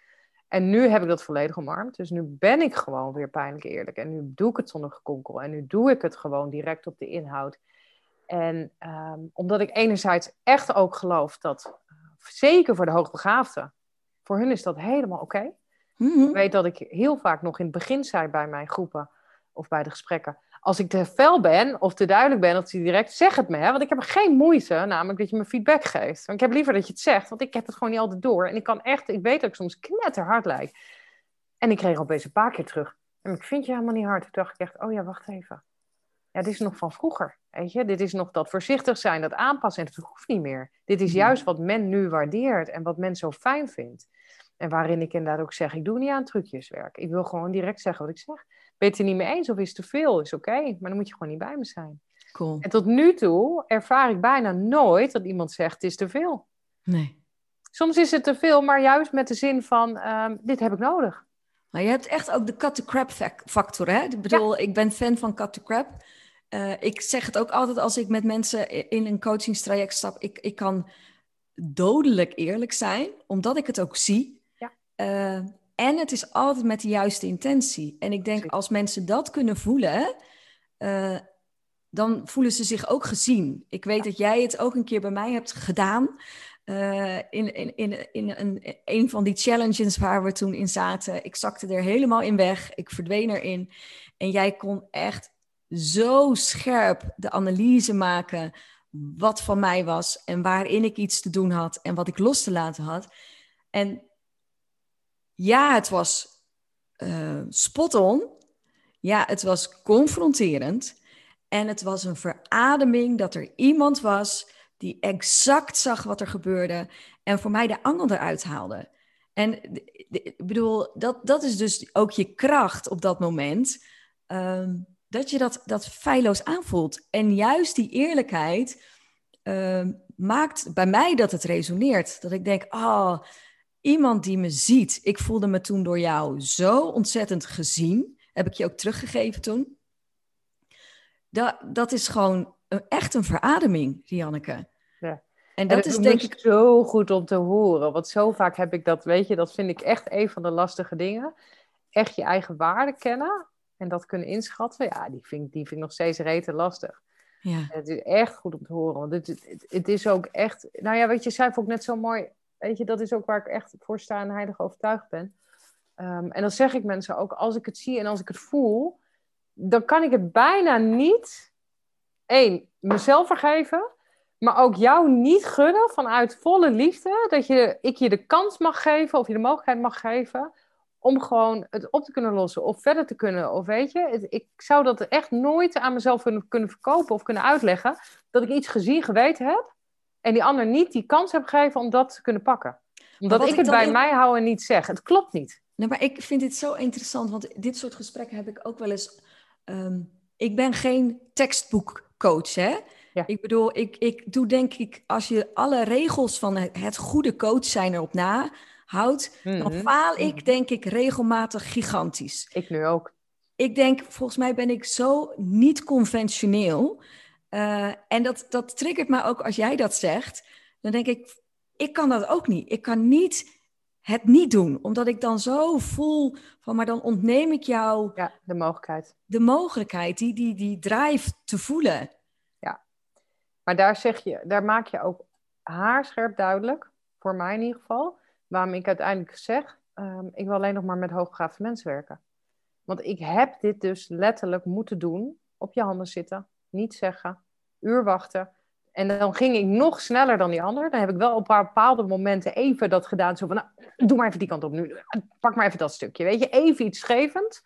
En nu heb ik dat volledig omarmd. Dus nu ben ik gewoon weer pijnlijk eerlijk. En nu doe ik het zonder gekonkel. En nu doe ik het gewoon direct op de inhoud. En um, omdat ik enerzijds echt ook geloof dat, uh, zeker voor de hoogbegaafden, voor hun is dat helemaal oké. Okay. Mm-hmm. Ik weet dat ik heel vaak nog in het begin zei bij mijn groepen of bij de gesprekken, als ik te fel ben of te duidelijk ben, dat ze direct, zeg het me. Hè? Want ik heb er geen moeite, namelijk dat je me feedback geeft. Want ik heb liever dat je het zegt, want ik heb het gewoon niet altijd door. En ik kan echt, ik weet dat ik soms knetterhard lijk. En ik kreeg opeens een paar keer terug. En ik vind je helemaal niet hard. Toen dacht ik echt, oh ja, wacht even. Ja, dit is nog van vroeger, weet je. Dit is nog dat voorzichtig zijn, dat aanpassen. En dat hoeft niet meer. Dit is juist wat men nu waardeert en wat men zo fijn vindt. En waarin ik inderdaad ook zeg, ik doe niet aan trucjeswerk. Ik wil gewoon direct zeggen wat ik zeg. Ben je het er niet mee eens of is het te veel? Is oké, okay, maar dan moet je gewoon niet bij me zijn. Cool. En tot nu toe ervaar ik bijna nooit dat iemand zegt, het is te veel. Nee. Soms is het te veel, maar juist met de zin van, um, dit heb ik nodig. Maar je hebt echt ook de cut to crap factor, hè? Ik bedoel, ja. Ik ben fan van cut to crap. Uh, ik zeg het ook altijd als ik met mensen in een coachingstraject stap. Ik, ik kan dodelijk eerlijk zijn, omdat ik het ook zie. Ja. Uh, en het is altijd met de juiste intentie. En ik denk, Precies. Als mensen dat kunnen voelen, uh, dan voelen ze zich ook gezien. Ik weet ja. dat jij het ook een keer bij mij hebt gedaan. Uh, in, in, in, in een, een van die challenges waar we toen in zaten. Ik zakte er helemaal in weg. Ik verdween erin. En jij kon echt zo scherp de analyse maken wat van mij was en waarin ik iets te doen had en wat ik los te laten had. En ja, het was uh, spot on. Ja, het was confronterend. En het was een verademing dat er iemand was die exact zag wat er gebeurde en voor mij de angel eruit haalde. En ik bedoel, dat, dat is dus ook je kracht op dat moment. Um, dat je dat, dat feilloos aanvoelt. En juist die eerlijkheid uh, maakt bij mij dat het resoneert. Dat ik denk, oh, iemand die me ziet. Ik voelde me toen door jou zo ontzettend gezien. Heb ik je ook teruggegeven toen. Dat, dat is gewoon een, echt een verademing, Rianneke. Ja. En dat, en dat is denk ik zo goed om te horen. Want zo vaak heb ik dat, weet je, dat vind ik echt een van de lastige dingen. Echt je eigen waarde kennen en dat kunnen inschatten. Ja, die vind, die vind ik nog steeds rete lastig. Ja. Het is echt goed om te horen. Want het, het, het is ook echt... Nou ja, weet je, zei ook net zo mooi... Weet je, dat is ook waar ik echt voor sta en heilig overtuigd ben. Um, en dan zeg ik mensen ook, als ik het zie en als ik het voel, dan kan ik het bijna niet, één, mezelf vergeven, maar ook jou niet gunnen vanuit volle liefde, dat je, ik je de kans mag geven of je de mogelijkheid mag geven om gewoon het op te kunnen lossen of verder te kunnen. Of weet je, het, ik zou dat echt nooit aan mezelf kunnen, kunnen verkopen of kunnen uitleggen, dat ik iets gezien, geweten heb en die ander niet die kans heb gegeven om dat te kunnen pakken. Omdat ik ik het dan bij in... mij hou en niet zeg. Het klopt niet. Nee, maar ik vind dit zo interessant, want dit soort gesprekken heb ik ook wel eens... Um, ik ben geen tekstboekcoach, hè? Ja. Ik bedoel, ik, ik doe denk ik... Als je alle regels van het goede coach zijn erop nahoudt... Mm-hmm. dan faal ik mm-hmm. denk ik regelmatig gigantisch. Ik nu ook. Ik denk, volgens mij ben ik zo niet conventioneel. Uh, en dat, dat triggert me ook als jij dat zegt. Dan denk ik, ik kan dat ook niet. Ik kan niet... het niet doen, omdat ik dan zo voel van, maar dan ontneem ik jou... Ja, de mogelijkheid. De mogelijkheid, die, die, die drive te voelen. Ja, maar daar zeg je, daar maak je ook haarscherp duidelijk, voor mij in ieder geval, waarom ik uiteindelijk zeg, um, ik wil alleen nog maar met hoogbegaafde mensen werken. Want ik heb dit dus letterlijk moeten doen, op je handen zitten, niet zeggen, uur wachten. En dan ging ik nog sneller dan die ander. Dan heb ik wel op een paar bepaalde momenten even dat gedaan. Zo van, nou, doe maar even die kant op nu. Pak maar even dat stukje. Weet je, even iets schevend.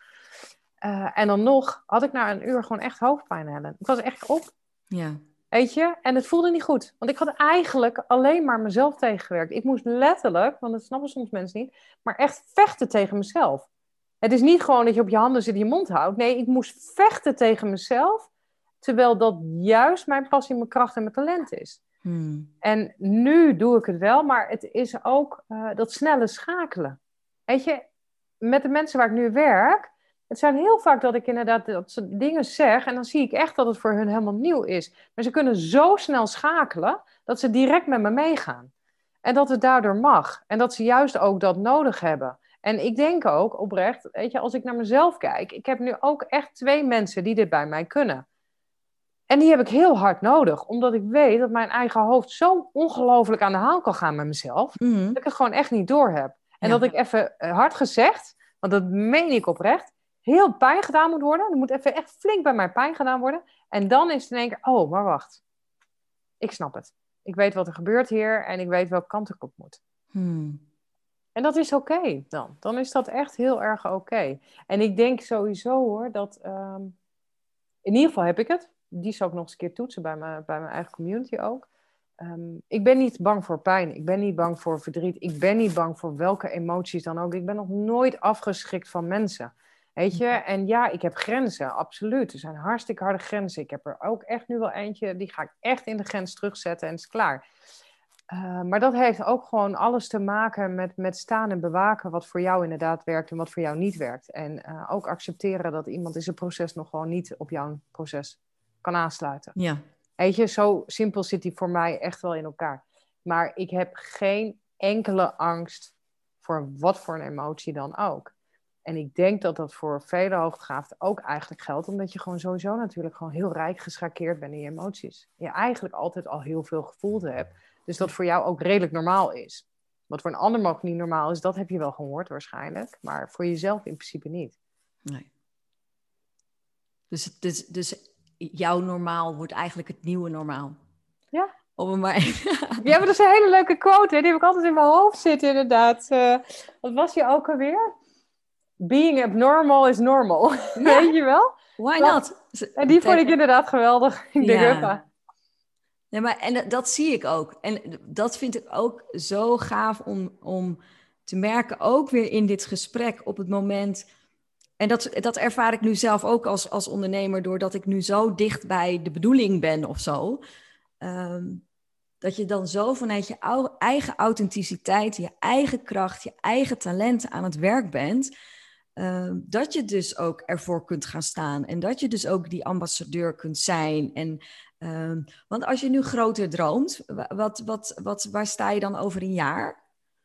Uh, en dan nog had ik na een uur gewoon echt hoofdpijn, Helen. Ik was echt op. Ja. Weet je? En het voelde niet goed. Want ik had eigenlijk alleen maar mezelf tegengewerkt. Ik moest letterlijk, want dat snappen soms mensen niet, maar echt vechten tegen mezelf. Het is niet gewoon dat je op je handen zit en je mond houdt. Nee, ik moest vechten tegen mezelf. Terwijl dat juist mijn passie, mijn kracht en mijn talent is. Hmm. En nu doe ik het wel, maar het is ook uh, dat snelle schakelen. Weet je, met de mensen waar ik nu werk, het zijn heel vaak dat ik inderdaad dat soort dingen zeg en dan zie ik echt dat het voor hun helemaal nieuw is. Maar ze kunnen zo snel schakelen dat ze direct met me meegaan. En dat het daardoor mag. En dat ze juist ook dat nodig hebben. En ik denk ook oprecht, weet je, als ik naar mezelf kijk, ik heb nu ook echt twee mensen die dit bij mij kunnen. En die heb ik heel hard nodig, omdat ik weet dat mijn eigen hoofd zo ongelooflijk aan de haal kan gaan met mezelf, mm-hmm. dat ik het gewoon echt niet door heb. En ja. dat ik even hard gezegd, want dat meen ik oprecht, heel pijn gedaan moet worden. Er moet even echt flink bij mij pijn gedaan worden. En dan is het in één keer, oh, maar wacht. Ik snap het. Ik weet wat er gebeurt hier en ik weet welke kant ik op moet. Hmm. En dat is oké okay dan. Dan is dat echt heel erg oké. Okay. En ik denk sowieso hoor, dat um, in ieder geval heb ik het. Die zal ik nog eens een keer toetsen bij mijn, bij mijn eigen community ook. Um, ik ben niet bang voor pijn. Ik ben niet bang voor verdriet. Ik ben niet bang voor welke emoties dan ook. Ik ben nog nooit afgeschrikt van mensen. Weet je? En ja, ik heb grenzen. Absoluut. Er zijn hartstikke harde grenzen. Ik heb er ook echt nu wel eentje. Die ga ik echt in de grens terugzetten en is klaar. Uh, maar dat heeft ook gewoon alles te maken met, met staan en bewaken wat voor jou inderdaad werkt en wat voor jou niet werkt. En uh, ook accepteren dat iemand in zijn proces nog gewoon niet op jouw proces kan aansluiten. Ja. Weet je, zo simpel zit die voor mij echt wel in elkaar. Maar ik heb geen enkele angst voor wat voor een emotie dan ook. En ik denk dat dat voor vele hoogbegaafden ook eigenlijk geldt, omdat je gewoon sowieso natuurlijk gewoon heel rijk geschakeerd bent in je emoties. Je eigenlijk altijd al heel veel gevoeld hebt. Dus dat voor jou ook redelijk normaal is. Wat voor een ander mogelijk niet normaal is, dat heb je wel gehoord waarschijnlijk. Maar voor jezelf in principe niet. Nee. Dus, dus, dus jouw normaal wordt eigenlijk het nieuwe normaal. Ja. Om maar... Ja, maar dat is een hele leuke quote. Hè? Die heb ik altijd in mijn hoofd zitten inderdaad. Uh, wat was die ook alweer? Being abnormal is normal. Ja. Weet je wel? Why not? En die vond ik inderdaad geweldig. Ik denk, ja. Huppa. Ja, maar en dat zie ik ook. En dat vind ik ook zo gaaf om, om te merken, ook weer in dit gesprek op het moment. En dat, dat ervaar ik nu zelf ook als, als ondernemer, doordat ik nu zo dicht bij de bedoeling ben of zo. Um, dat je dan zo vanuit je ou- eigen authenticiteit, je eigen kracht, je eigen talenten aan het werk bent. Um, dat je dus ook ervoor kunt gaan staan. En dat je dus ook die ambassadeur kunt zijn. En, um, want als je nu groter droomt, wat, wat, wat, waar sta je dan over een jaar?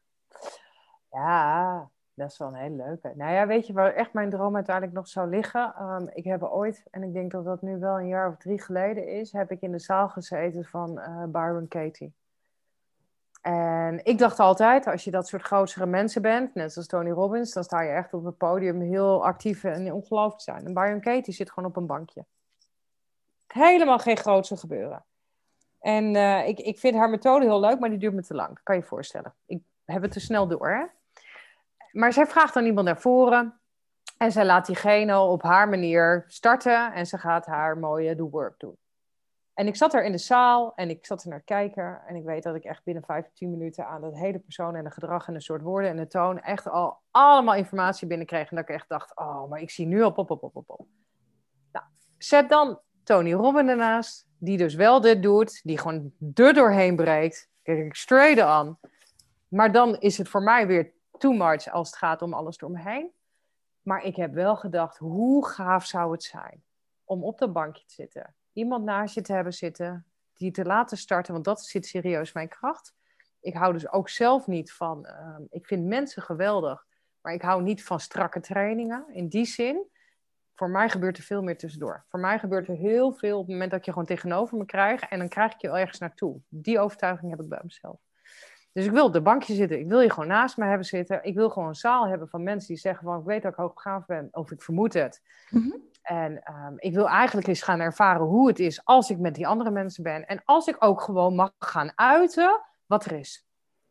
Ja, dat is wel een hele leuke. Nou ja, weet je waar echt mijn droom uiteindelijk nog zou liggen? Um, ik heb ooit, en ik denk dat dat nu wel een jaar of drie geleden is, heb ik in de zaal gezeten van uh, Byron Katie. En ik dacht altijd, als je dat soort grotere mensen bent, net zoals Tony Robbins, dan sta je echt op het podium heel actief en ongelooflijk te zijn. En Byron Katie zit gewoon op een bankje. Helemaal geen grootse gebeuren. En uh, ik, ik vind haar methode heel leuk, maar die duurt me te lang. Kan je je voorstellen. Ik heb het te snel door, hè? Maar zij vraagt dan iemand naar voren. En zij laat diegene op haar manier starten. En ze gaat haar mooie do work doen. En ik zat er in de zaal en ik zat er naar kijken. En ik weet dat ik echt binnen vijf, tien minuten aan dat hele persoon en de gedrag en de soort woorden en de toon echt al allemaal informatie binnenkreeg. En dat ik echt dacht, oh, maar ik zie nu al pop, pop, pop, pop, pop. Nou, zet dan Tony Robbins ernaast, die dus wel dit doet, die gewoon er doorheen breekt. Kijk ik straight aan. Maar dan is het voor mij weer too much als het gaat om alles door me heen. Maar ik heb wel gedacht, hoe gaaf zou het zijn om op dat bankje te zitten. Iemand naast je te hebben zitten, die te laten starten, want dat zit serieus mijn kracht. Ik hou dus ook zelf niet van, uh, ik vind mensen geweldig, maar ik hou niet van strakke trainingen. In die zin, voor mij gebeurt er veel meer tussendoor. Voor mij gebeurt er heel veel op het moment dat ik je gewoon tegenover me krijg en dan krijg ik je wel ergens naartoe. Die overtuiging heb ik bij mezelf. Dus ik wil op de bankje zitten. Ik wil je gewoon naast me hebben zitten. Ik wil gewoon een zaal hebben van mensen die zeggen van ik weet dat ik hoogbegaafd ben of ik vermoed het. Mm-hmm. En um, ik wil eigenlijk eens gaan ervaren hoe het is als ik met die andere mensen ben. En als ik ook gewoon mag gaan uiten wat er is.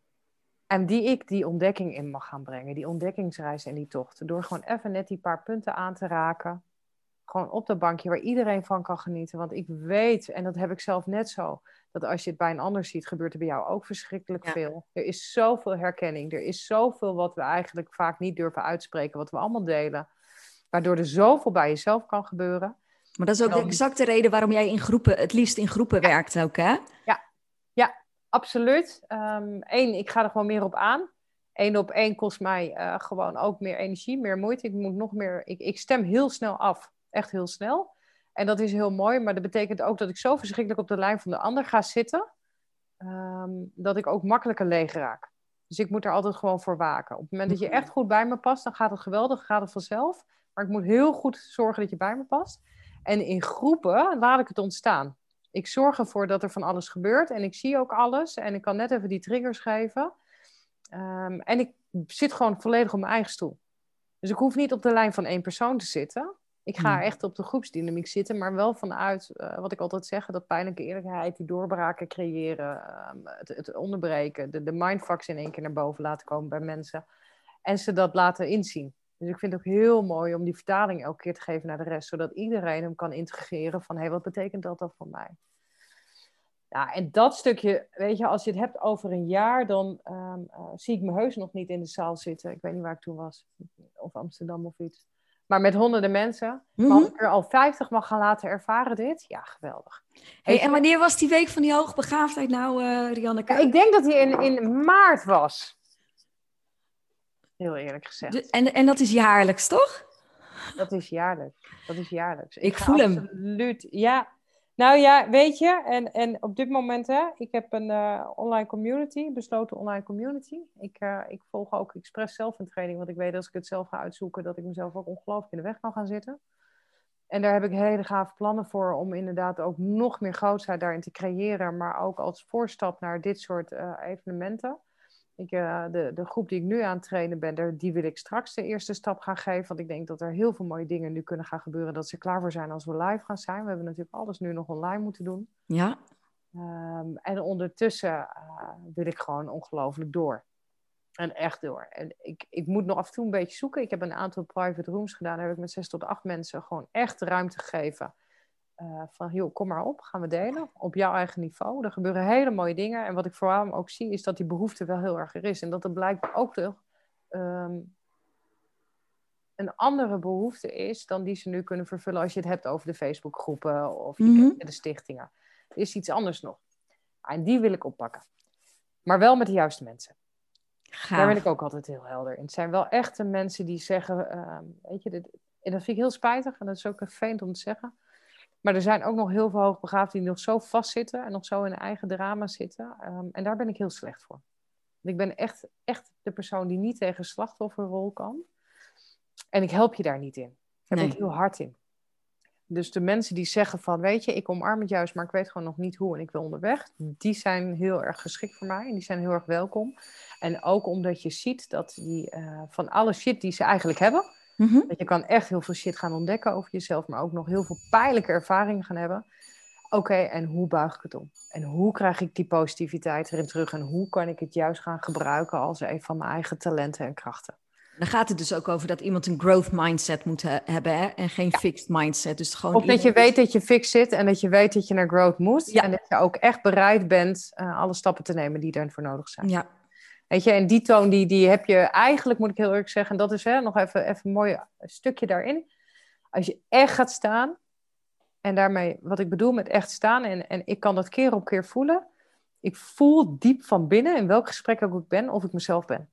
En die ik die ontdekking in mag gaan brengen. Die ontdekkingsreis en die tocht. Door gewoon even net die paar punten aan te raken. Gewoon op dat bankje waar iedereen van kan genieten. Want ik weet, en dat heb ik zelf net zo, dat als je het bij een ander ziet, gebeurt er bij jou ook verschrikkelijk ja. veel. Er is zoveel herkenning. Er is zoveel wat we eigenlijk vaak niet durven uitspreken. Wat we allemaal delen. Waardoor er zoveel bij jezelf kan gebeuren. Maar dat is ook dan... de exacte reden waarom jij in groepen, het liefst in groepen ja. werkt ook, hè? Ja, ja, absoluut. Um, Eén, ik ga er gewoon meer op aan. Eén op één kost mij uh, gewoon ook meer energie, meer moeite. Ik moet nog meer, ik, ik stem heel snel af. Echt heel snel. En dat is heel mooi, maar dat betekent ook dat ik zo verschrikkelijk op de lijn van de ander ga zitten, um, dat ik ook makkelijker leeg raak. Dus ik moet er altijd gewoon voor waken. Op het moment dat je echt goed bij me past, dan gaat het geweldig, dan gaat het vanzelf. Maar ik moet heel goed zorgen dat je bij me past. En in groepen laat ik het ontstaan. Ik zorg ervoor dat er van alles gebeurt en ik zie ook alles. En ik kan net even die triggers geven. Um, en ik zit gewoon volledig op mijn eigen stoel. Dus ik hoef niet op de lijn van één persoon te zitten. Ik ga echt op de groepsdynamiek zitten, maar wel vanuit, uh, wat ik altijd zeg, dat pijnlijke eerlijkheid, die doorbraken creëren, um, het, het onderbreken, de, de mindfucks in één keer naar boven laten komen bij mensen. En ze dat laten inzien. Dus ik vind het ook heel mooi om die vertaling elke keer te geven naar de rest, zodat iedereen hem kan integreren van, hé, hey, wat betekent dat dan voor mij? Ja, en dat stukje, weet je, als je het hebt over een jaar, dan um, uh, zie ik me heus nog niet in de zaal zitten. Ik weet niet waar ik toen was, of Amsterdam of iets. Maar met honderden mensen. Mm-hmm. Maar als ik er al vijftig mag gaan laten ervaren dit, ja, geweldig. Hey, en wanneer was die week van die hoogbegaafdheid nou, uh, Rianneke? Ja, ik denk dat die in, in maart was. Heel eerlijk gezegd. De, en, en dat is jaarlijks, toch? Dat is jaarlijks. Dat is jaarlijks. Ik, ik voel hem. Absoluut, ja. Nou ja, weet je, en, en op dit moment, hè, ik heb een uh, online community, besloten online community. Ik, uh, ik volg ook expres zelf een training, want ik weet dat als ik het zelf ga uitzoeken, dat ik mezelf ook ongelooflijk in de weg kan gaan zitten. En daar heb ik hele gave plannen voor om inderdaad ook nog meer grootheid daarin te creëren, maar ook als voorstap naar dit soort uh, evenementen. Ik, uh, de, de groep die ik nu aan het trainen ben, daar, die wil ik straks de eerste stap gaan geven. Want ik denk dat er heel veel mooie dingen nu kunnen gaan gebeuren. Dat ze klaar voor zijn als we live gaan zijn. We hebben natuurlijk alles nu nog online moeten doen. Ja. Um, en ondertussen uh, wil ik gewoon ongelooflijk door. En echt door. En ik, ik moet nog af en toe een beetje zoeken. Ik heb een aantal private rooms gedaan. Daar heb ik met zes tot acht mensen gewoon echt ruimte gegeven. Uh, van, joh, kom maar op, gaan we delen. Op jouw eigen niveau. Er gebeuren hele mooie dingen. En wat ik vooral ook zie, is dat die behoefte wel heel erg er is. En dat er blijkbaar ook de, um, een andere behoefte is dan die ze nu kunnen vervullen als je het hebt over de Facebookgroepen of je mm-hmm. de stichtingen. Er is iets anders nog. En die wil ik oppakken. Maar wel met de juiste mensen. Gaaf. Daar ben ik ook altijd heel helder in. Het zijn wel echte mensen die zeggen, um, weet je, dit, en dat vind ik heel spijtig en dat is ook vervelend om te zeggen. Maar er zijn ook nog heel veel hoogbegaafden die nog zo vastzitten en nog zo in hun eigen drama zitten. Um, en daar ben ik heel slecht voor. Want ik ben echt, echt de persoon die niet tegen slachtofferrol kan. En ik help je daar niet in. Daar nee. ben ik heel hard in. Dus de mensen die zeggen van, weet je, ik omarm het juist, maar ik weet gewoon nog niet hoe en ik wil onderweg. Die zijn heel erg geschikt voor mij en die zijn heel erg welkom. En ook omdat je ziet dat die uh, van alle shit die ze eigenlijk hebben, mm-hmm. dat je kan echt heel veel shit gaan ontdekken over jezelf, maar ook nog heel veel pijnlijke ervaringen gaan hebben. Oké, okay, en hoe buig ik het om? En hoe krijg ik die positiviteit erin terug? En hoe kan ik het juist gaan gebruiken als een van mijn eigen talenten en krachten? Dan gaat het dus ook over dat iemand een growth mindset moet he- hebben hè? En geen Ja. fixed mindset. Dus gewoon Of dat je iemand... weet dat je fix zit en dat je weet dat je naar growth moet. Ja. En dat je ook echt bereid bent uh, alle stappen te nemen die daarvoor nodig zijn. Ja. Weet je, en die toon die, die heb je eigenlijk, moet ik heel eerlijk zeggen, en dat is hè, nog even, even een mooi stukje daarin. Als je echt gaat staan, en daarmee wat ik bedoel met echt staan, en, en ik kan dat keer op keer voelen. Ik voel diep van binnen, in welk gesprek ook ik ben, of ik mezelf ben.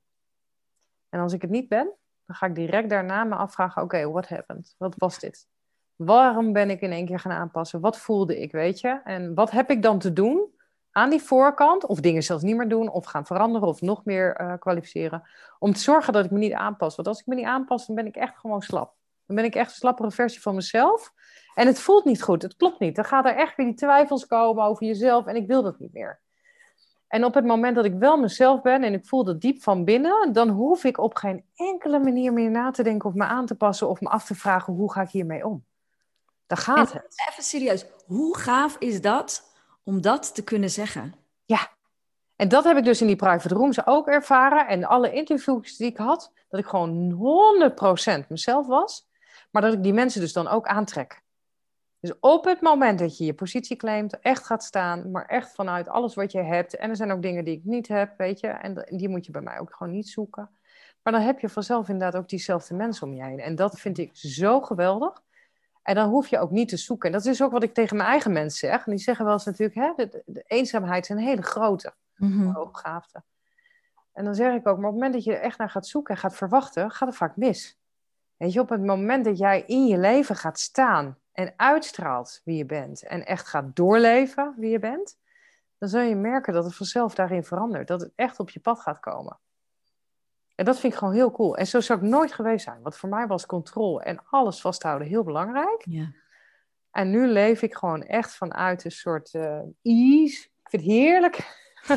En als ik het niet ben, dan ga ik direct daarna me afvragen, oké, okay, what happened? Wat was dit? Waarom ben ik in één keer gaan aanpassen? Wat voelde ik, weet je? En wat heb ik dan te doen aan die voorkant? Of dingen zelfs niet meer doen, of gaan veranderen, of nog meer uh, kwalificeren. Om te zorgen dat ik me niet aanpas. Want als ik me niet aanpas, dan ben ik echt gewoon slap. Dan ben ik echt een slappere versie van mezelf. En het voelt niet goed, het klopt niet. Dan gaat er echt weer die twijfels komen over jezelf en ik wil dat niet meer. En op het moment dat ik wel mezelf ben en ik voel dat diep van binnen, dan hoef ik op geen enkele manier meer na te denken of me aan te passen of me af te vragen hoe ga ik hiermee om. Dan gaat En het. even serieus, hoe gaaf is dat om dat te kunnen zeggen? Ja, en dat heb ik dus in die private rooms ook ervaren en alle interviews die ik had, dat ik gewoon honderd procent mezelf was, maar dat ik die mensen dus dan ook aantrek. Dus op het moment dat je je positie claimt, echt gaat staan, maar echt vanuit alles wat je hebt. En er zijn ook dingen die ik niet heb, weet je. En die moet je bij mij ook gewoon niet zoeken. Maar dan heb je vanzelf inderdaad ook diezelfde mensen om je heen. En dat vind ik zo geweldig. En dan hoef je ook niet te zoeken. En dat is ook wat ik tegen mijn eigen mensen zeg. En die zeggen wel eens natuurlijk, hè, de, de eenzaamheid is een hele grote, Mm-hmm. hoogbegaafde. En dan zeg ik ook, maar op het moment dat je er echt naar gaat zoeken en gaat verwachten, gaat het vaak mis. Weet je, op het moment dat jij in je leven gaat staan en uitstraalt wie je bent en echt gaat doorleven wie je bent, dan zul je merken dat het vanzelf daarin verandert. Dat het echt op je pad gaat komen. En dat vind ik gewoon heel cool. En zo zou ik nooit geweest zijn. Want voor mij was controle en alles vasthouden heel belangrijk. Ja. En nu leef ik gewoon echt vanuit een soort uh, ease. Ik vind het heerlijk.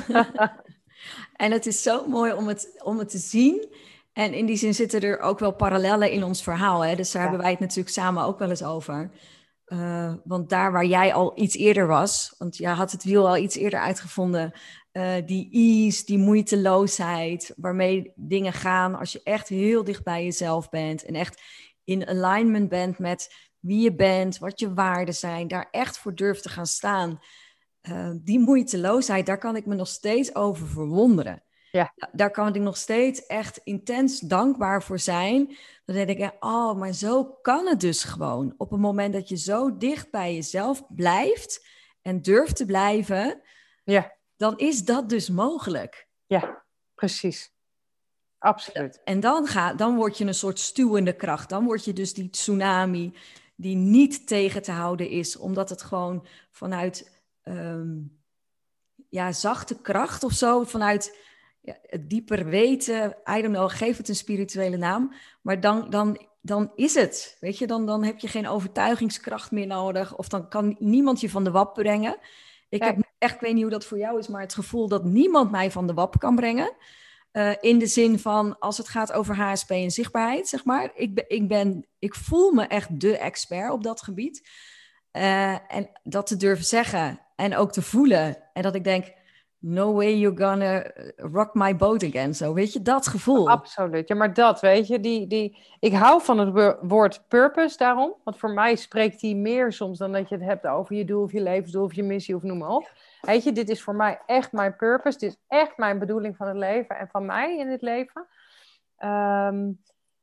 En het is zo mooi om het, om het te zien. En in die zin zitten er ook wel parallellen in ons verhaal. Hè? Dus daar ja. hebben wij het natuurlijk samen ook wel eens over. Uh, want daar waar jij al iets eerder was, want jij had het wiel al iets eerder uitgevonden, uh, die ease, die moeiteloosheid, waarmee dingen gaan als je echt heel dicht bij jezelf bent en echt in alignment bent met wie je bent, wat je waarden zijn, daar echt voor durft te gaan staan. Uh, die moeiteloosheid, daar kan ik me nog steeds over verwonderen. Ja. Daar kan ik nog steeds echt intens dankbaar voor zijn. Dan denk ik, oh, maar zo kan het dus gewoon. Op het moment dat je zo dicht bij jezelf blijft en durft te blijven, ja. dan is dat dus mogelijk. Ja, precies. Absoluut. En dan, ga, dan word je een soort stuwende kracht. Dan word je dus die tsunami die niet tegen te houden is, omdat het gewoon vanuit um, ja, zachte kracht of zo, vanuit ja, het dieper weten, I don't know, geef het een spirituele naam, maar dan, dan, dan is het, weet je, dan, dan heb je geen overtuigingskracht meer nodig, of dan kan niemand je van de wap brengen. Ik Kijk. heb echt, ik weet niet hoe dat voor jou is, maar het gevoel dat niemand mij van de wap kan brengen. Uh, in de zin van, als het gaat over H S P en zichtbaarheid, zeg maar. Ik, ben, ik, ben, ik voel me echt de expert op dat gebied. Uh, en dat te durven zeggen en ook te voelen. En dat ik denk, no way you're gonna rock my boat again. Zo, weet je, dat gevoel. Absoluut. Ja, maar dat, weet je, die, die... ik hou van het woord purpose daarom. Want voor mij spreekt die meer soms dan dat je het hebt over je doel of je levensdoel of je missie of noem maar op. Weet je, dit is voor mij echt mijn purpose. Dit is echt mijn bedoeling van het leven en van mij in het leven. Um,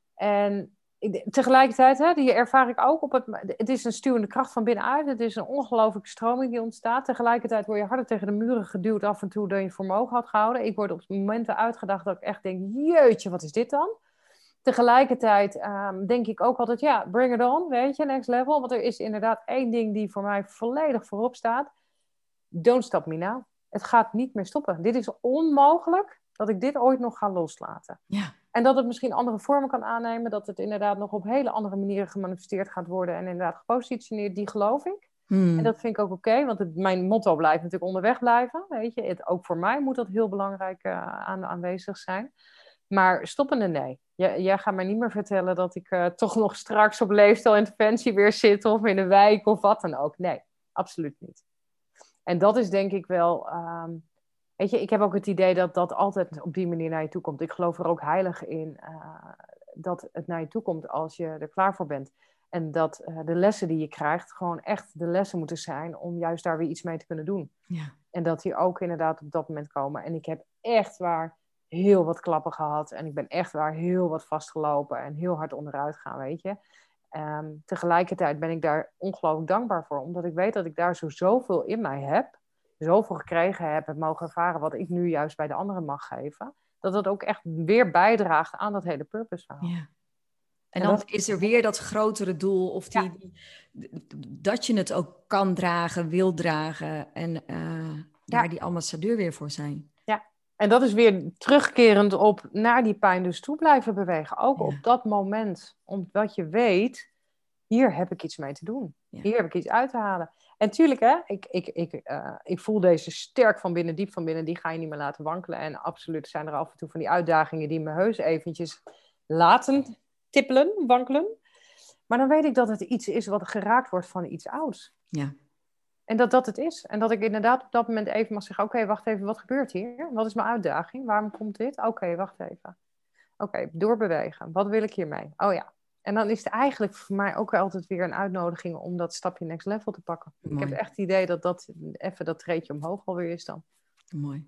en tegelijkertijd, hè, die ervaar ik ook op het... Het is een stuwende kracht van binnenuit. Het is een ongelooflijke stroming die ontstaat. Tegelijkertijd word je harder tegen de muren geduwd af en toe dan je voor mogelijk had gehouden. Ik word op momenten uitgedacht dat ik echt denk, jeetje, wat is dit dan? Tegelijkertijd um, denk ik ook altijd, ja, bring it on, weet je, next level. Want er is inderdaad één ding die voor mij volledig voorop staat. Don't stop me now. Het gaat niet meer stoppen. Dit is onmogelijk dat ik dit ooit nog ga loslaten. Ja. En dat het misschien andere vormen kan aannemen. Dat het inderdaad nog op hele andere manieren gemanifesteerd gaat worden. En inderdaad gepositioneerd, die geloof ik. Hmm. En dat vind ik ook oké. Okay, want het, mijn motto blijft natuurlijk onderweg blijven. Weet je. Het, ook voor mij moet dat heel belangrijk uh, aan, aanwezig zijn. Maar stoppende nee. Jij, jij gaat mij niet meer vertellen dat ik uh, toch nog straks op leefstijlinterventie weer zit. Of in een wijk of wat dan ook. Nee, absoluut niet. En dat is denk ik wel... Um, weet je, ik heb ook het idee dat dat altijd op die manier naar je toe komt. Ik geloof er ook heilig in. Uh, dat het naar je toe komt als je er klaar voor bent. En dat uh, de lessen die je krijgt gewoon echt de lessen moeten zijn om juist daar weer iets mee te kunnen doen. Ja. En dat die ook inderdaad op dat moment komen. En ik heb echt waar heel wat klappen gehad. En ik ben echt waar heel wat vastgelopen en heel hard onderuit gaan, weet je. Um, tegelijkertijd ben ik daar ongelooflijk dankbaar voor. Omdat ik weet dat ik daar zo zoveel in mij heb. Zoveel gekregen heb en mogen ervaren wat ik nu juist bij de anderen mag geven. Dat dat ook echt weer bijdraagt aan dat hele purpose verhaal. Ja. En, en dan dat... is er weer dat grotere doel. Of die, ja. die, dat je het ook kan dragen, wil dragen. En uh, daar ja. die ambassadeur weer voor zijn. Ja. En dat is weer terugkerend op naar die pijn dus toe blijven bewegen. Ook ja. op dat moment. Omdat je weet, hier heb ik iets mee te doen. Ja. Hier heb ik iets uit te halen. En tuurlijk, hè, ik, ik, ik, uh, ik voel deze sterk van binnen, diep van binnen. Die ga je niet meer laten wankelen. En absoluut zijn er af en toe van die uitdagingen die me heus eventjes laten tippelen, wankelen. Maar dan weet ik dat het iets is wat geraakt wordt van iets ouds. Ja. En dat dat het is. En dat ik inderdaad op dat moment even mag zeggen, oké, okay, wacht even, wat gebeurt hier? Wat is mijn uitdaging? Waarom komt dit? Oké, okay, wacht even. Oké, okay, doorbewegen. Wat wil ik hiermee? Oh ja. En dan is het eigenlijk voor mij ook altijd weer een uitnodiging om dat stapje next level te pakken. Mooi. Ik heb echt het idee dat dat even dat treedje omhoog alweer is dan. Mooi.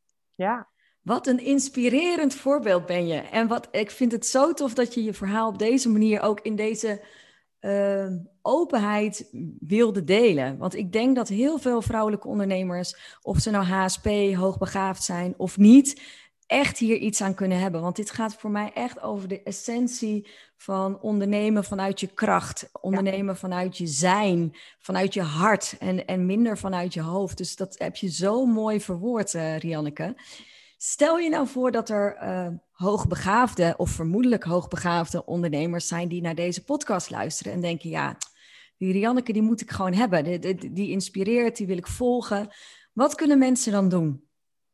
Ja. Wat een inspirerend voorbeeld ben je. En wat, ik vind het zo tof dat je je verhaal op deze manier ook in deze uh, openheid wilde delen. Want ik denk dat heel veel vrouwelijke ondernemers, of ze nou H S P, hoogbegaafd zijn of niet, echt hier iets aan kunnen hebben. Want dit gaat voor mij echt over de essentie van ondernemen vanuit je kracht. Ondernemen ja. vanuit je zijn, vanuit je hart en, en minder vanuit je hoofd. Dus dat heb je zo mooi verwoord, uh, Rianneke. Stel je nou voor dat er uh, hoogbegaafde of vermoedelijk hoogbegaafde ondernemers zijn die naar deze podcast luisteren en denken, ja, die Rianneke die moet ik gewoon hebben. Die, die, die inspireert, die wil ik volgen. Wat kunnen mensen dan doen?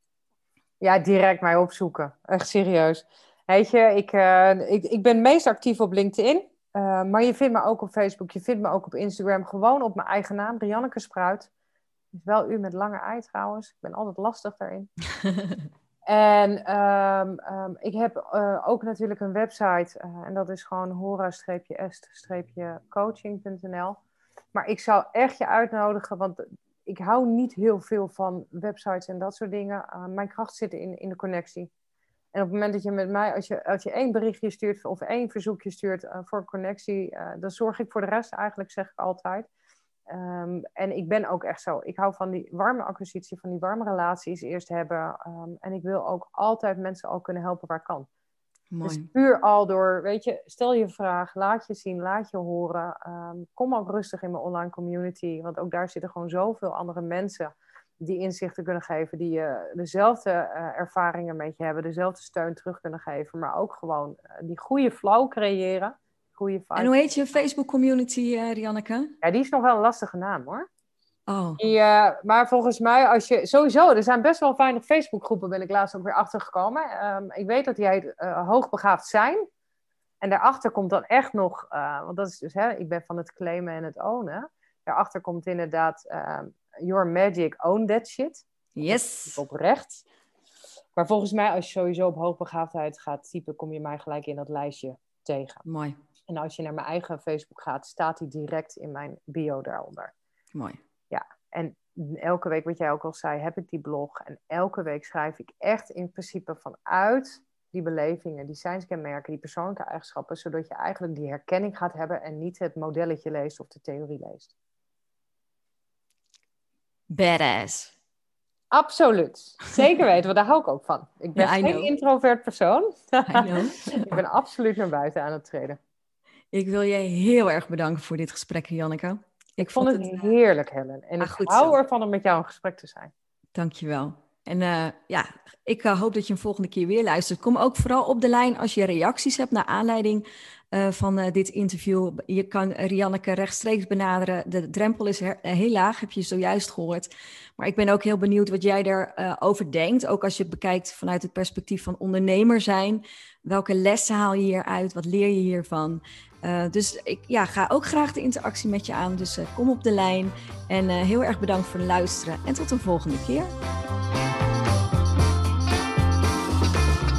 Ja, direct mij opzoeken. Echt serieus. Weet je, ik, uh, ik, ik ben meest actief op LinkedIn. Uh, maar je vindt me ook op Facebook. Je vindt me ook op Instagram. Gewoon op mijn eigen naam, Rianneke Spruit. Dus wel u met lange ei trouwens. Ik ben altijd lastig daarin. En um, um, ik heb uh, ook natuurlijk een website. Uh, en dat is gewoon hora-est-coaching punt n l. Maar ik zou echt je uitnodigen, want ik hou niet heel veel van websites en dat soort dingen. Uh, mijn kracht zit in, in de connectie. En op het moment dat je met mij, als je, als je één berichtje stuurt of één verzoekje stuurt uh, voor een connectie, uh, dan zorg ik voor de rest eigenlijk, zeg ik altijd. Um, en ik ben ook echt zo. Ik hou van die warme acquisitie, van die warme relaties eerst hebben. Um, en ik wil ook altijd mensen al kunnen helpen waar kan. Mooi. Dus puur al door, weet je, stel je vraag, laat je zien, laat je horen. Um, kom ook rustig in mijn online community. Want ook daar zitten gewoon zoveel andere mensen die inzichten kunnen geven. Die uh, dezelfde uh, ervaringen met je hebben. Dezelfde steun terug kunnen geven. Maar ook gewoon uh, die goede flow creëren. Goede vibe. En hoe heet je Facebook community, uh, Rianneke? Ja, die is nog wel een lastige naam hoor. Oh. Die, uh, maar volgens mij, als je sowieso, er zijn best wel weinig Facebookgroepen, ben ik laatst ook weer achtergekomen. Um, ik weet dat die heet uh, Hoogbegaafd zijn. En daarachter komt dan echt nog, uh, want dat is dus, hè, ik ben van het claimen en het ownen. Daarachter komt inderdaad, uh, your magic, own that shit. Yes. Oprecht. Maar volgens mij, als je sowieso op hoogbegaafdheid gaat typen, kom je mij gelijk in dat lijstje tegen. Mooi. En als je naar mijn eigen Facebook gaat, staat die direct in mijn bio daaronder. Mooi. Ja, en elke week, wat jij ook al zei, heb ik die blog. En elke week schrijf ik echt in principe vanuit die belevingen, die zijnskenmerken, die persoonlijke eigenschappen, zodat je eigenlijk die herkenning gaat hebben en niet het modelletje leest of de theorie leest. Badass. Absoluut. Zeker weten, want daar hou ik ook van. Ik ben ja, geen introvert persoon. I know. Ik ben absoluut naar buiten aan het treden. Ik wil je heel erg bedanken voor dit gesprek, Rianneke. Ik, ik vond het, het heerlijk, Helen. En ik hou zo. ervan om met jou in gesprek te zijn. Dankjewel. En uh, ja, ik uh, hoop dat je een volgende keer weer luistert. Kom ook vooral op de lijn als je reacties hebt naar aanleiding uh, van uh, dit interview. Je kan Rianneke rechtstreeks benaderen. De drempel is her- heel laag, heb je zojuist gehoord. Maar ik ben ook heel benieuwd wat jij daarover uh, denkt. Ook als je het bekijkt vanuit het perspectief van ondernemer zijn. Welke lessen haal je hieruit? Wat leer je hiervan? Uh, dus ik ja, ga ook graag de interactie met je aan. Dus uh, kom op de lijn. En uh, heel erg bedankt voor het luisteren. En tot een volgende keer.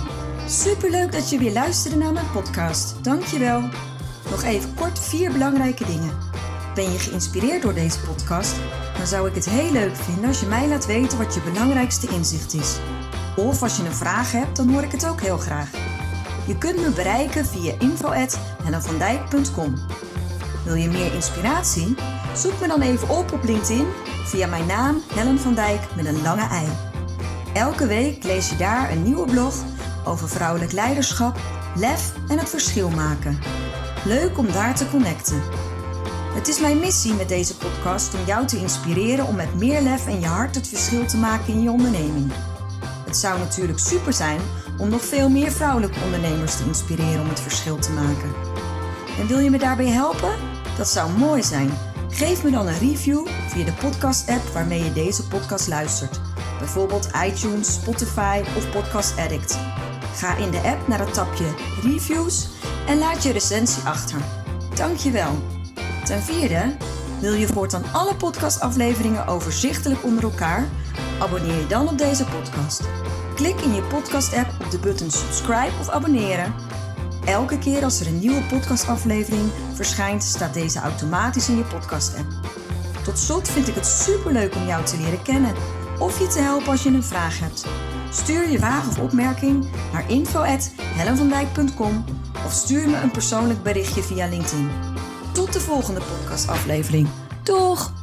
Superleuk dat je weer luisterde naar mijn podcast. Dankjewel. Nog even kort vier belangrijke dingen. Ben je geïnspireerd door deze podcast? Dan zou ik het heel leuk vinden als je mij laat weten wat je belangrijkste inzicht is. Of als je een vraag hebt, dan hoor ik het ook heel graag. Je kunt me bereiken via info at hellenvandijk punt com. Wil je meer inspiratie? Zoek me dan even op op LinkedIn via mijn naam Hellen van Dijk met een lange ei. Elke week lees je daar een nieuwe blog over vrouwelijk leiderschap, lef en het verschil maken. Leuk om daar te connecten. Het is mijn missie met deze podcast om jou te inspireren om met meer lef en je hart het verschil te maken in je onderneming. Het zou natuurlijk super zijn om nog veel meer vrouwelijke ondernemers te inspireren om het verschil te maken. En wil je me daarbij helpen? Dat zou mooi zijn. Geef me dan een review via de podcast-app waarmee je deze podcast luistert. Bijvoorbeeld iTunes, Spotify of Podcast Addict. Ga in de app naar het tabje Reviews en laat je recensie achter. Dankjewel. Ten vierde, wil je voortaan alle podcastafleveringen overzichtelijk onder elkaar? Abonneer je dan op deze podcast. Klik in je podcast-app op de button subscribe of abonneren. Elke keer als er een nieuwe podcastaflevering verschijnt, staat deze automatisch in je podcast-app. Tot slot vind ik het superleuk om jou te leren kennen of je te helpen als je een vraag hebt. Stuur je vraag of opmerking naar info at hellenvandijk punt com of stuur me een persoonlijk berichtje via LinkedIn. Tot de volgende podcastaflevering. Doeg!